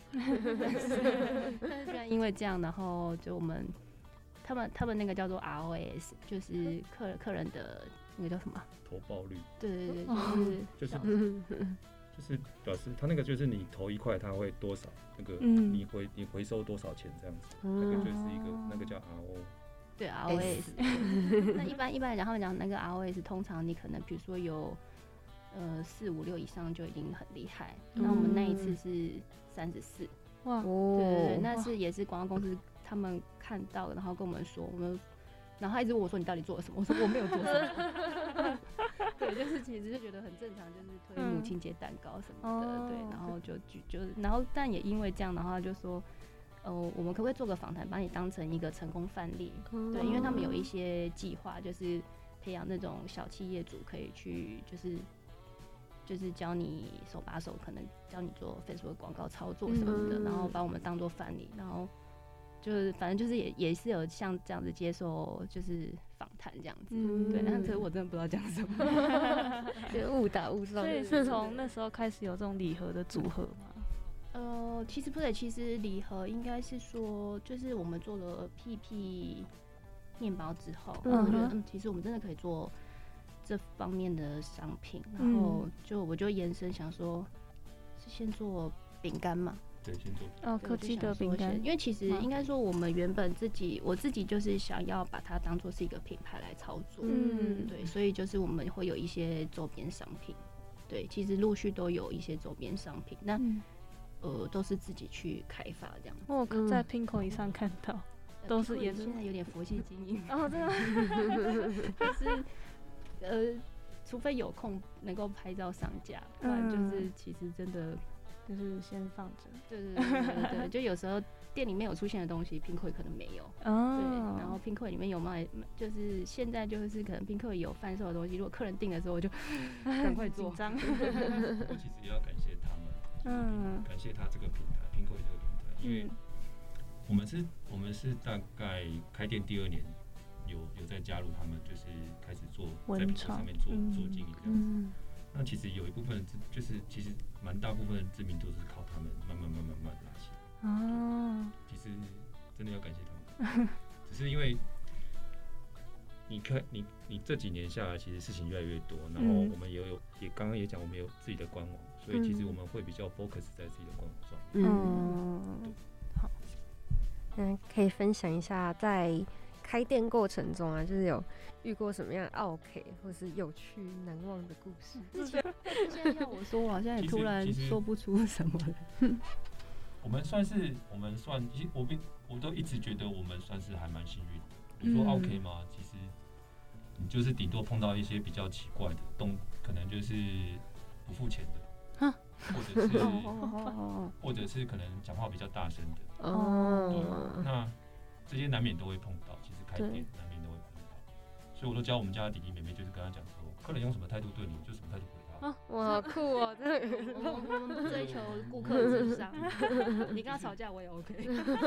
但是居然因为这样，然后就我们他们他们那个叫做 R O S， 就是客客人的那个叫什么投报率？ 对对对，就是就是就是表示他那个就是你投一块，他会多少那个你回你回收多少钱这样子，那个就是一个那个叫 R O。 对 R O S， 那一般一般来讲，他们讲那个 R O S， 通常你可能比如说有呃四五六以上就已经很厉害。那、嗯、我们那一次是三十四，哇，对对对，那是也是广告公司他们看到，然后跟我们说，我们，然后他一直问我说你到底做了什么？我说我没有做什么。对，就是其实就觉得很正常，就是推母亲节蛋糕什么的，嗯、对，然后就就然后但也因为这样，然后他就说。呃，我们可不可以做个访谈，把你当成一个成功范例？嗯、对，因为他们有一些计划，就是培养那种小企业主，可以去就是就是教你手把手，可能教你做 Facebook 广告操作什么的，嗯、然后把我们当做范例，然后就是反正就是也也是有像这样子接受就是访谈这样子，嗯、对。但是我真的不知道讲什么， 就误打误撞。 所以是从那时候开始有这种礼盒的组合吗？ 呃，其实不对，其实礼盒应该是说，就是我们做了屁屁面包之后，嗯、然后我觉得，嗯，其实我们真的可以做这方面的商品，然后就我就延伸想说，是先做饼干嘛？ 对，先做哦，科技的饼干， 因为其实应该说我们原本自己，我自己就是想要把它当做是一个品牌来操作，嗯，对，所以就是我们会有一些周边商品，对，其实陆续都有一些周边商品，那。嗯呃，都是自己去开发这样。 我在 Pinko 以上看到，嗯、都是也是现在有点佛系经营。 哦，真的， 就是呃，除非有空能够拍照上架，不然就是其实真的就是先放着。 对对对对对，就有时候店里面有出现的东西，Pinko可能没有。哦。对，然后 Pinko里面有卖，就是现在就是可能 Pinko有贩售的东西，如果客人订的时候，我就赶快做。 紧张。 不过其实也要感谢他们。嗯，感谢他这个平台，Pinko这个平台，因为我们是，我们是大概开店第二年，有有在加入他们，就是开始做在 Pinko 上面做、嗯、做经营这样子。嗯、那其实有一部分就是其实蛮大部分的知名度是靠他们慢慢慢慢慢拉起来。哦，其实真的要感谢他们，只是因为你看你你这几年下来，其实事情越来越多，然后我们也有也刚刚也讲，我们有自己的官网。所以其实我们会比较 focus 在自己的官网上。 嗯，对，好。那可以分享一下在开店过程中啊，就是有遇过什么样的奥客或是有趣难忘的故事？ 现在要我说，我好像也突然说不出什么了。 我们算是我们算，我我都一直觉得我们算是还蛮幸运的。你说奥客吗？其实你就是顶多碰到一些比较奇怪的动，可能就是不付钱的。或者是，或者是可能讲话比较大声的，哦，对，那这些难免都会碰到。其实开店难免都会碰到，所以我都教我们家的弟弟妹妹，就是跟他讲说，客人用什么态度对你，就什么态度回他。 啊，哇，好酷哦！真的， 我们我们不追求顾客至上，你跟他吵架我也 OK。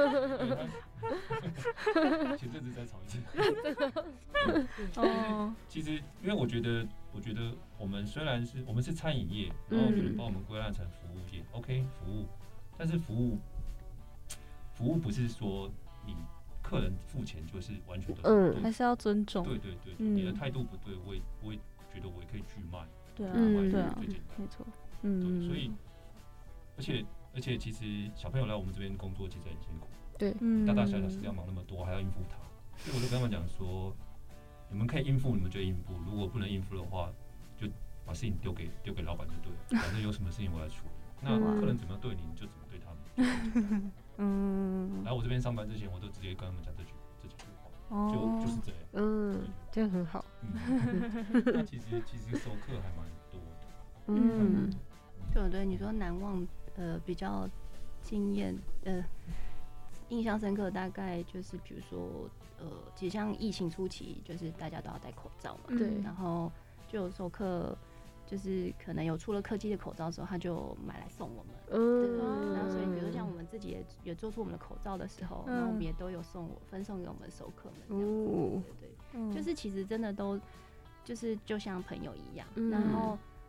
前阵子再吵一次。哦，其实因为我觉得。我觉得我们虽然是我们是餐饮业，然后有人把我们归纳成服务业、嗯、，OK， 服务，但是服务服务不是说你客人付钱就是完全都嗯，还是要尊重。 对对对，嗯、你的态度不对，我也我也觉得我也可以拒卖。 对啊， 嗯， 对啊， 最简单， 没错。嗯， 对，所以而且而且其实小朋友来我们这边工作其实很辛苦， 对， 大大小小事要忙那么多，还要应付他，所以我就跟他们讲说。你们可以应付，你们就应付；如果不能应付的话，就把事情丢给丢给老板就对了。反正有什么事情我来处理。那客人怎么样对你，你就怎么对他们。嗯。来我这边上班之前，我都直接跟他们讲这句这几句话，哦、就就是这样。 嗯，这样很好。 嗯、那其实其实熟客还蛮多的。 嗯，对对，你说难忘，呃，比较经验，呃。印象深刻大概就是比如说呃其实像疫情初期就是大家都要戴口罩嘛，对，然后就有授课就是可能有出了科技的口罩的时候他就买来送我们，嗯，对，然后所以比如说像我们自己也也做出我们的口罩的时候，然后我们也都有送分送给我们的熟客们这样子，对对对，就是其实真的都就是就像朋友一样，然后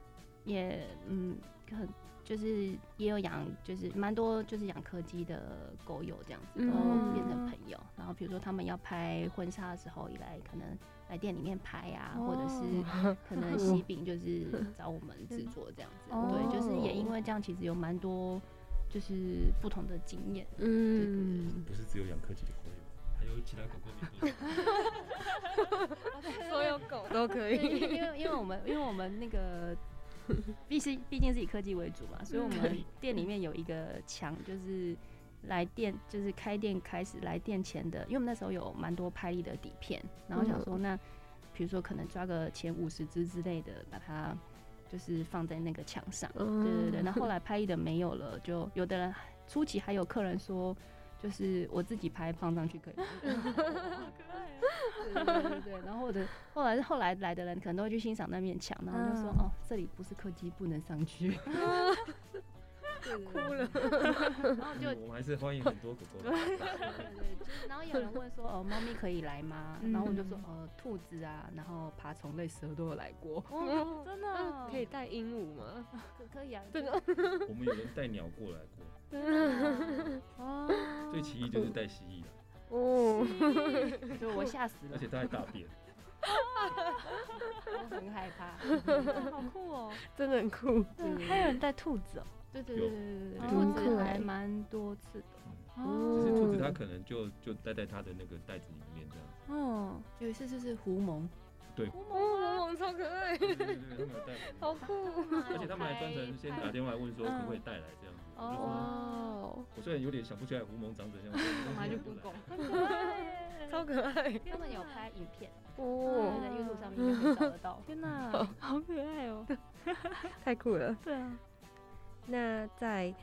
也嗯很。就是也有养，就是蛮多，就是养柯基的狗友这样子，都变成朋友。嗯、然后比如说他们要拍婚纱的时候，也来可能来店里面拍啊，哦、或者是可能喜饼就是找我们制作这样子。哦、对，就是也因为这样，其实有蛮多就是不同的经验。 嗯，对对对，不是只有养柯基的狗友，还有其他狗狗也可以，所有狗都可以。 因为因为我们因为我们那个。毕竟毕竟是以科技为主嘛，所以我们店里面有一个墙，就是来店就是开店开始来店前的，因为我们那时候有蛮多拍立的底片，然后想说那比如说可能抓个前五十支之类的，把它就是放在那个墙上，嗯、对对对。那后来拍立的没有了，就有的人初期还有客人说。就是我自己拍放上去可以，好可爱啊！对对对对，然后我的后来后来来的人可能都会去欣赏那面墙，然后就说、嗯、哦，这里不是柯基，不能上去。 哭了， 然后就我们还是欢迎很多狗狗。对对对，就是然后有人问说，哦，猫咪可以来吗？然后我就说，呃，兔子啊，然后爬虫类、蛇都有来过。 哦，真的、哦、 可以带鹦鹉吗？ 可可以啊， 真的。 我们有人带鸟过来过。哦。最奇异就是带蜥蜴了。 哦。 就我吓死了。 而且它还大便。 我很害怕。 好酷哦， 真的很酷。 还有人带兔子哦。 对对对对对，兔子还蛮多次的。 哦，只是兔子它可能就就待在它的那个袋子里面这样子。 哦，有一次就是狐獴。 对， 狐獴超可爱。 对对对，他们有带。 好酷。 而且他们还专程先打电话问说可不可以带来这样子。哦。我虽然有点想不起来狐獴长怎样， 我马上就 Google。 超可爱。 他们有拍影片哦，在 YouTube 上面应该可以找得到。 天哪，好可爱哦， 太酷了。 对啊。 那在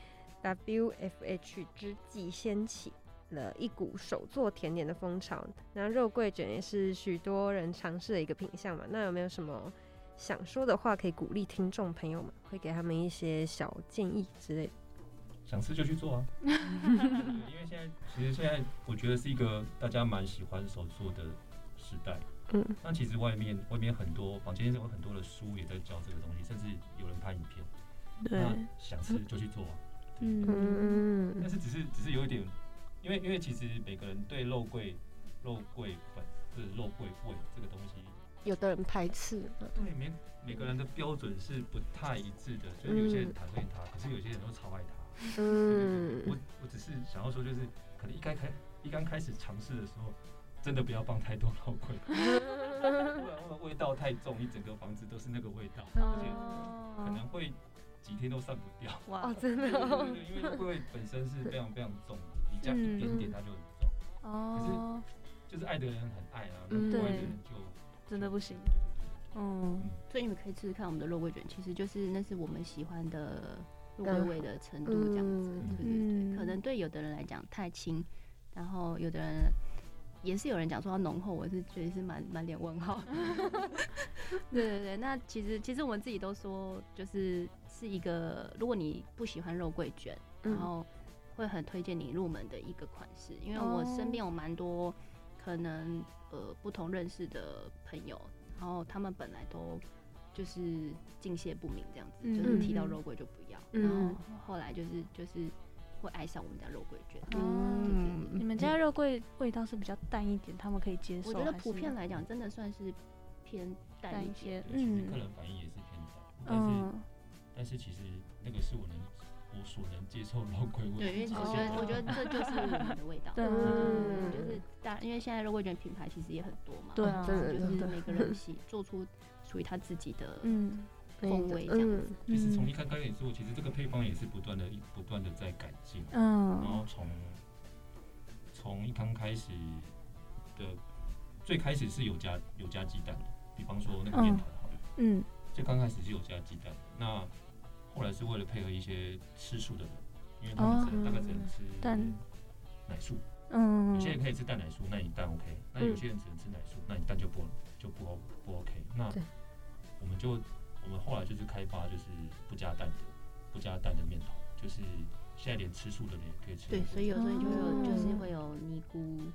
W F H 之际掀起了一股手做甜点的风潮，那肉桂卷也是许多人尝试的一个品项嘛。那有没有什么想说的话可以鼓励听众朋友们，会给他们一些小建议之类的？ 想吃就去做啊！因为现在其实现在我觉得是一个大家蛮喜欢手做的时代。嗯，那其实外面外面很多坊间有很多的书也在教这个东西，甚至有人拍影片。 对， 那想吃就去做啊。 嗯， 但是只是只是有一点，因为因为其实每个人对肉桂肉桂粉或者肉桂味这个东西， 有的人排斥， 对，每每个人的标准是不太一致的，所以有些人讨厌它，可是有些人都超爱它。嗯，我我只是想要说，就是可能一刚开一刚开始尝试的时候，真的不要放太多肉桂，不然味道太重，一整个房子都是那个味道，而且可能会。几天都散不掉哇！真的， 对对对，因为肉桂味本身是非常非常重的，你加一点点它就很重。哦。可是就是爱的人很爱啊，不爱的人就真的不行。 嗯，所以你们可以试试看我们的肉桂卷，其实就是那是我们喜欢的肉桂味的程度这样子。对对对，可能对有的人来讲太轻，然后有的人。也是有人讲说它浓厚，我是觉得是蛮满脸问号。对对对，那其实其实我们自己都说，就是是一个，如果你不喜欢肉桂卷，然后会很推荐你入门的一个款式，因为我身边有蛮多可能呃不同认识的朋友，然后他们本来都就是敬谢不明这样子，嗯、就是提到肉桂就不要，嗯、然后后来就是就是。会爱上我们家肉桂卷。 嗯，你们家肉桂味道是比较淡一点，他们可以接受。 我觉得普遍来讲，真的算是偏淡一些。 嗯，其实客人反应也是偏淡，但是、嗯、但是其实那个是我能我所能接受肉桂味。 对，因为我觉得我觉得这就是我们的味道。对，嗯、就是大，因为现在肉桂卷品牌其实也很多嘛。 对啊， 就是每个人喜做出属于他自己的嗯。风味这样子， 其实从一开始做，其实这个配方也是不断的、不断的在改进。嗯，然后从从一刚开始的最开始是有加有加鸡蛋的，比方说那个面团好了，嗯，最刚开始是有加鸡蛋，那后来是为了配合一些吃素的人，因为他们只能、哦、大概只能吃奶素，嗯，有些人可以吃蛋奶素，那你蛋 OK， 那有些人只能吃奶素，那你蛋就不就不不 OK， 那我们就。我们后来就是开发，就是不加蛋的，不加蛋的面团，就是现在连吃素的人也可以吃。 对，所以有时候就会有，就是会有尼菇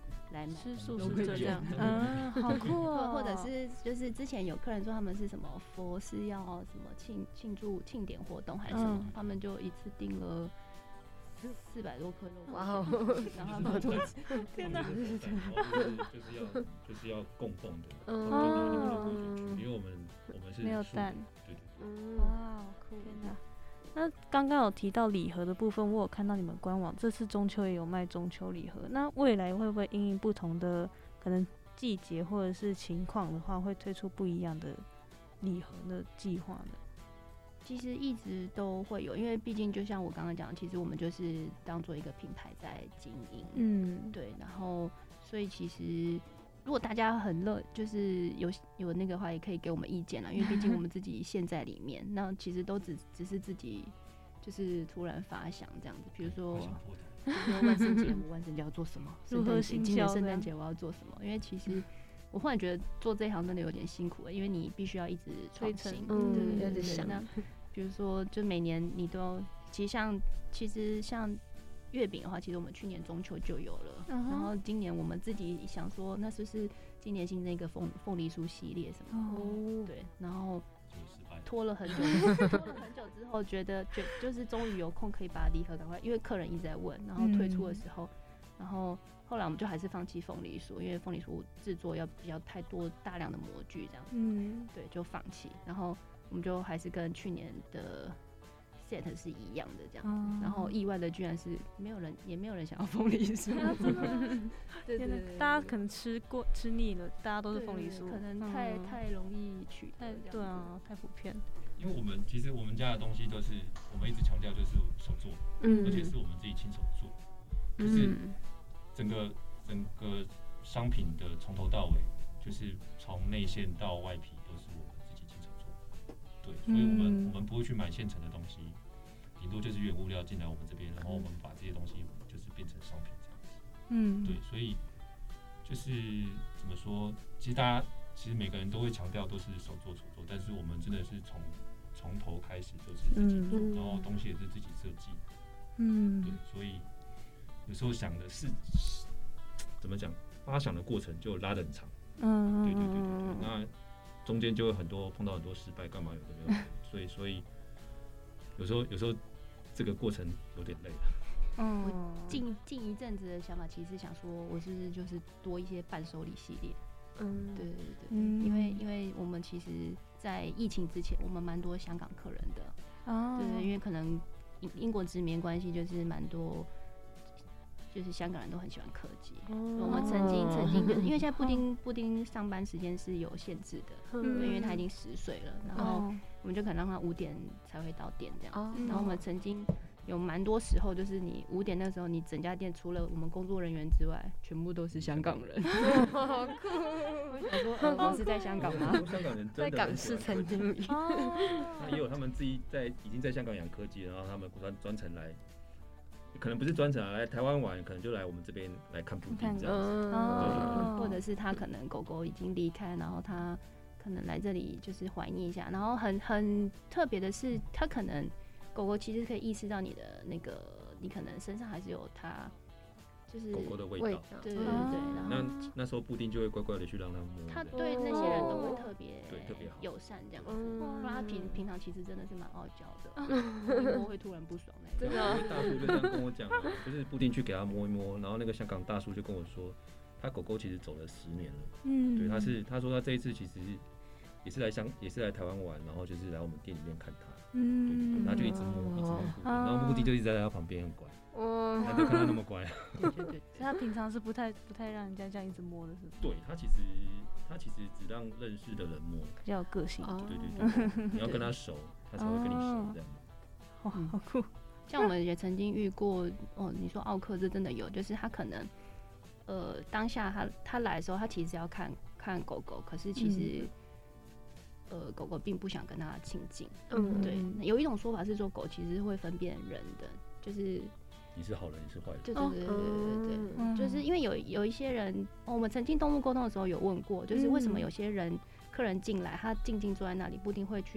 来买吃素是这样，嗯，好酷哦。 或者是就是之前有客人说他们是什么佛是要什么庆庆祝庆典活动还是什么，嗯、他们就一次订了四四百多颗肉，哇哦，然后他们就天哪， 就是就是要就是要供奉的，嗯，因为我们我们是没有蛋， 对对， 嗯，哇，好酷，天哪。那刚刚有提到礼盒的部分，我有看到你们官网这次中秋也有卖中秋礼盒。那未来会不会因应不同的可能季节或者是情况的话，会推出不一样的礼盒的计划呢？ 其实一直都会有，因为毕竟就像我刚刚讲，其实我们就是当做一个品牌在经营，嗯，对。然后所以其实如果大家很乐，就是有有那个的话，也可以给我们意见啦。因为毕竟我们自己陷在里面，那其实都只只是自己就是突然发想这样子。比如说，比如说万圣节，我万圣节要做什么？圣诞节，今年圣诞节我要做什么？因为其实我忽然觉得做这一行真的有点辛苦了，因为你必须要一直创新， 嗯， 对对对对。 那比如说，就每年你都，其实像其实像。月饼的话，其实我们去年中秋就有了， uh-huh. 然后今年我们自己想说，那是不是今年新增一个凤凤梨酥系列什么？哦、oh. ，对，然后拖了很久，拖了很久之后，觉得觉就是终于有空可以把礼盒赶快，因为客人一直在问，然后推出的时候，嗯、然后后来我们就还是放弃凤梨酥，因为凤梨酥制作要比较太多大量的模具这样，嗯，对，就放弃，然后我们就还是跟去年的。set 是一样的这样子，嗯、然后意外的居然是没有人，也没有人想要凤梨酥，对对对， 大家可能吃过吃腻了，大家都是凤梨酥， 可能太、嗯、太容易取得， 对啊，太普遍。 因为我们其实我们家的东西都是我们一直强调就是手做，嗯，而且是我们自己亲手做，就是整个整个商品的从头到尾，就是从内馅到外皮都是我们自己亲手做。对，所以我们、嗯、我们不会去买现成的东西，顶多就是原物料进来我们这边，然后我们把这些东西就是变成商品这样子。嗯，对，所以就是怎么说，其实大家其实每个人都会强调都是手做手做，但是我们真的是从从头开始就是自己做，嗯、然后东西也是自己设计。嗯，对，所以有时候想的是怎么讲，发想的过程就拉得很长。嗯，对对对对对，那。中间就会很多碰到很多失败，干嘛有的没有，所以所以有时候有时候这个过程有点累了。 嗯，近近一阵子的想法其实想说，我是不是就是多一些伴手礼系列？嗯，对对对对，嗯、因为因为我们其实，在疫情之前，我们蛮多香港客人的。哦，对对，因为可能英英国殖民关系，就是蛮多。就是香港人都很喜欢科技，哦、我们曾经曾经就是因为现在布丁布丁上班时间是有限制的，嗯、因为他已经十岁了，然后我们就可能让他五点才会到店这样子。哦、然后我们曾经有蛮多时候，就是你五点那时候，你整家店除了我们工作人员之外，全部都是香港人。好酷！我想说，呃，我是在香港吗？ 香港人在港式餐厅里， 那也有他们自己在已经在香港养科技，然后他们专专程来。可能不是专程来台湾玩，可能就来我们这边来看布丁这样子， 哦，或者是他可能狗狗已经离开，然后他可能来这里就是怀念一下，然后很很特别的是，他可能狗狗其实可以意识到你的那个，你可能身上还是有它。就是狗狗的味道， 对对对，然后那那时候布丁就会乖乖的去让它摸， 他对那些人都会特别对特别好友善这样子，不然他平平常其实真的是蛮傲娇的，摸一摸会突然不爽那种。真的，大叔就这样跟我讲，就是布丁去给他摸一摸，然后那个香港大叔就跟我说，他狗狗其实走了十年了，嗯，对，他是他说他这一次其实也是来香也是来台湾玩，然后就是来我们店里面看他，嗯，然后就一直摸一直摸，然后布丁就一直在他旁边很乖。哦，难得看他那么乖。 对对对，所以他平常是不太不太让人家这样一直摸的，是吗？ 对，他其实他其实只让认识的人摸， 比较有个性。 对对对，你要跟他熟，他才会跟你熟这样。 哇，好酷！ 像我们也曾经遇过，哦，你说奥克这真的有，就是他可能，呃，当下他他来的时候，他其实要看看狗狗，可是其实。嗯呃，狗狗并不想跟它亲近。嗯，对。有一种说法是说，狗其实是会分辨人的，就是你是好人，你是坏人。 对对对对对对对，嗯、就是因为有有一些人、哦，我们曾经动物沟通的时候有问过，就是为什么有些人、嗯、客人进来，他静静坐在那里，不一定会去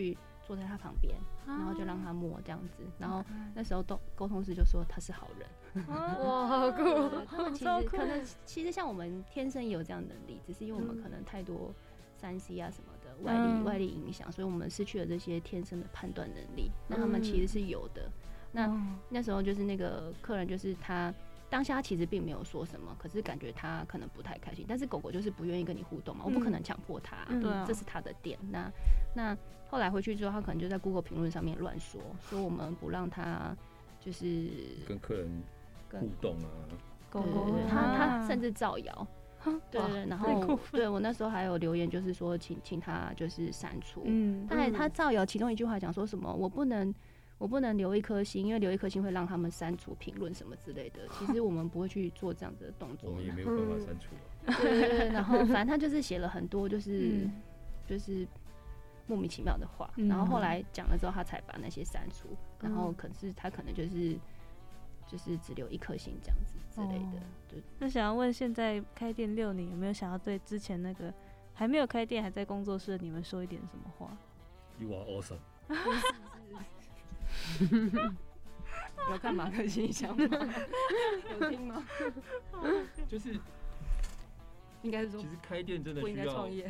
坐在他旁边，然后就让他摸这样子。然后那时候沟沟通师就说他是好人。 哇，好酷！ 他们其实可能其实像我们天生也有这样的能力，只是因为我们可能太多三 C 啊什么的外力、嗯、外力影响，所以我们失去了这些天生的判断能力。那他们其实是有的。那、嗯、那时候就是那个客人，就是他当下他其实并没有说什么，可是感觉他可能不太开心。但是狗狗就是不愿意跟你互动嘛，嗯、我不可能强迫他，嗯、这是他的点。那那后来回去之后，他可能就在 Google 评论上面乱说，说我们不让他就是跟客人互动啊， 对对对，他他甚至造谣。对对对，然后对我那时候还有留言，就是说请请他就是删除。嗯，但他造谣其中一句话讲说什么，我不能我不能留一颗心，因为留一颗心会让他们删除评论什么之类的。其实我们不会去做这样子的动作， 我们也没有办法删除、 啊。对对对，然后反正他就是写了很多就是、嗯、就是莫名其妙的话，然后后来讲了之后，他才把那些删除。然后可是他可能就是就是只留一颗心这样子之类的。哦、对。 那想要问，现在开店六年，有没有想要对之前那个还没有开店还在工作室的你们说一点什么话 ？You are awesome 。 有看马克信箱吗？有听吗？ 就是应该是说， 其实开店真的需要不应该创业。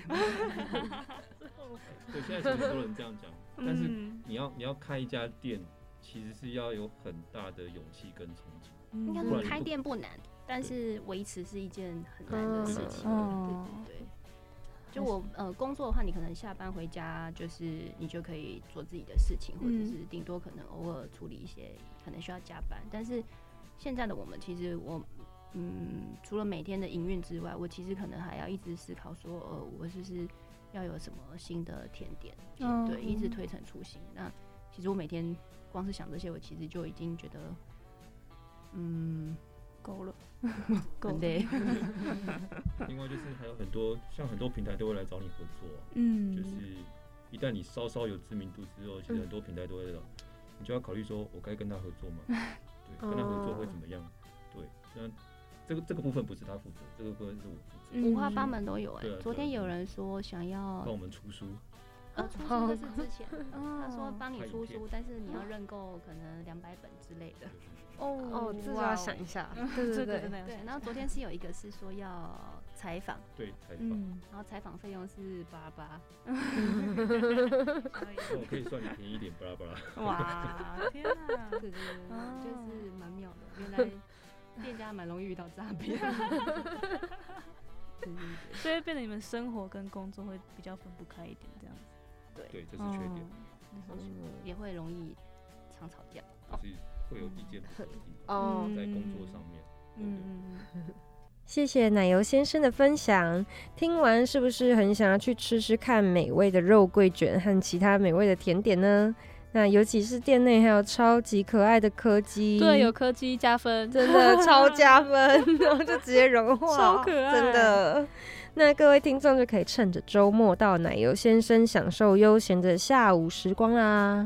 对，现在很多人这样讲，但是你要你要开一家店，其实是要有很大的勇气跟冲劲。 应该说开店不难，但是维持是一件很难的事情。嗯、对对对。就我呃工作的话，你可能下班回家，就是你就可以做自己的事情，或者是顶多可能偶尔处理一些可能需要加班。但是现在的我们，其实我嗯除了每天的营运之外，我其实可能还要一直思考说，呃，我是不是要有什么新的甜点，嗯、对，一直推陈出新。那其实我每天光是想这些，我其实就已经觉得嗯够了。够累。 另外就是还有很多，像很多平台都会来找你合作、啊，嗯，就是一旦你稍稍有知名度之后，其实很多平台都会找，你就要考虑说，我该跟他合作吗？对，跟他合作会怎么样？对，那这个这个部分不是他负责，这个部分是我负责。五花八门都有哎、欸。昨天有人说想要帮我们出书。 呃，出书这是之前，他说帮你出书，但是你要认购可能两百本之类的。 哦哦，这就要想一下。对对对对。然后昨天是有一个是说要采访， 对采访， 然后采访费用是巴拉巴拉。 我可以算你便宜一点，巴拉巴拉。 哇，天哪！ 对对对，就是蛮妙的。原来店家蛮容易遇到诈骗。 所以变得你们生活跟工作会比较分不开一点，这样子。 对， 对，这是缺点。 嗯，也会容易常吵架， 就是会有意见不合的地方，在工作上面。嗯， 谢谢奶油先生的分享。听完是不是很想要去吃吃看美味的肉桂卷和其他美味的甜点呢？那尤其是店内还有超级可爱的柯基， 对，有柯基加分， 真的超加分，然后就直接融化， 超可爱， 真的。那各位听众就可以趁着周末到奶油先生享受悠闲的下午时光啦。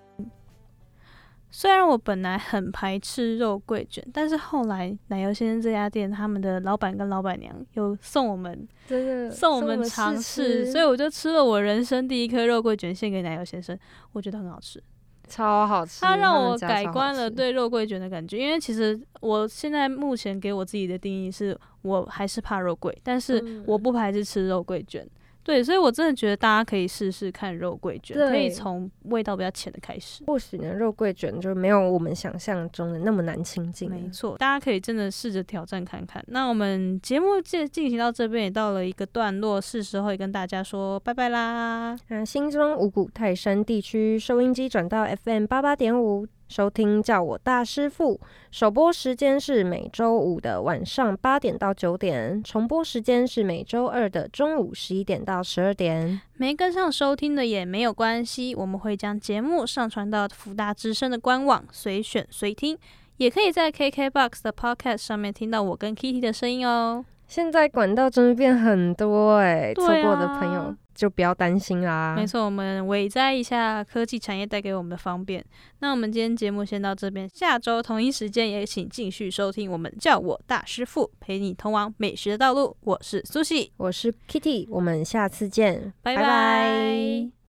虽然我本来很排斥肉桂卷，但是后来奶油先生这家店他们的老板跟老板娘有送我们， 真的送我们尝试，所以我就吃了我人生第一颗肉桂卷，献给奶油先生，我觉得很好吃。 超好吃， 它让我改观了对肉桂卷的感觉。因为其实我现在目前给我自己的定义是，我还是怕肉桂，但是我不排斥吃肉桂卷。嗯、对，所以我真的觉得大家可以试试看肉桂卷，可以从味道比较浅的开始。 或许呢，肉桂卷就没有我们想象中的那么难亲近。 没错，大家可以真的试着挑战看看。那我们节目进进行到这边也到了一个段落，是时候也跟大家说拜拜啦。 那新庄五股泰山地区收音机转到 F M 八八点五。收听叫我大师傅，首播时间是每周五的晚上八点到九点，重播时间是每周二的中午十一点到十二点。 没跟上收听的也没有关系，我们会将节目上传到福大之声的官网，随选随听，也可以在 K K B O X 的 Podcast 上面听到我跟 Kitty 的声音哦。 现在管道真的变很多哎、欸，错啊、 过的朋友就不要担心啦。 没错，我们委摘一下科技产业带给我们的方便。那我们今天节目先到这边，下周同一时间也请继续收听我们叫我大师傅，陪你通往美食的道路。我是苏西， 我是 Kitty， 我们下次见， 拜拜。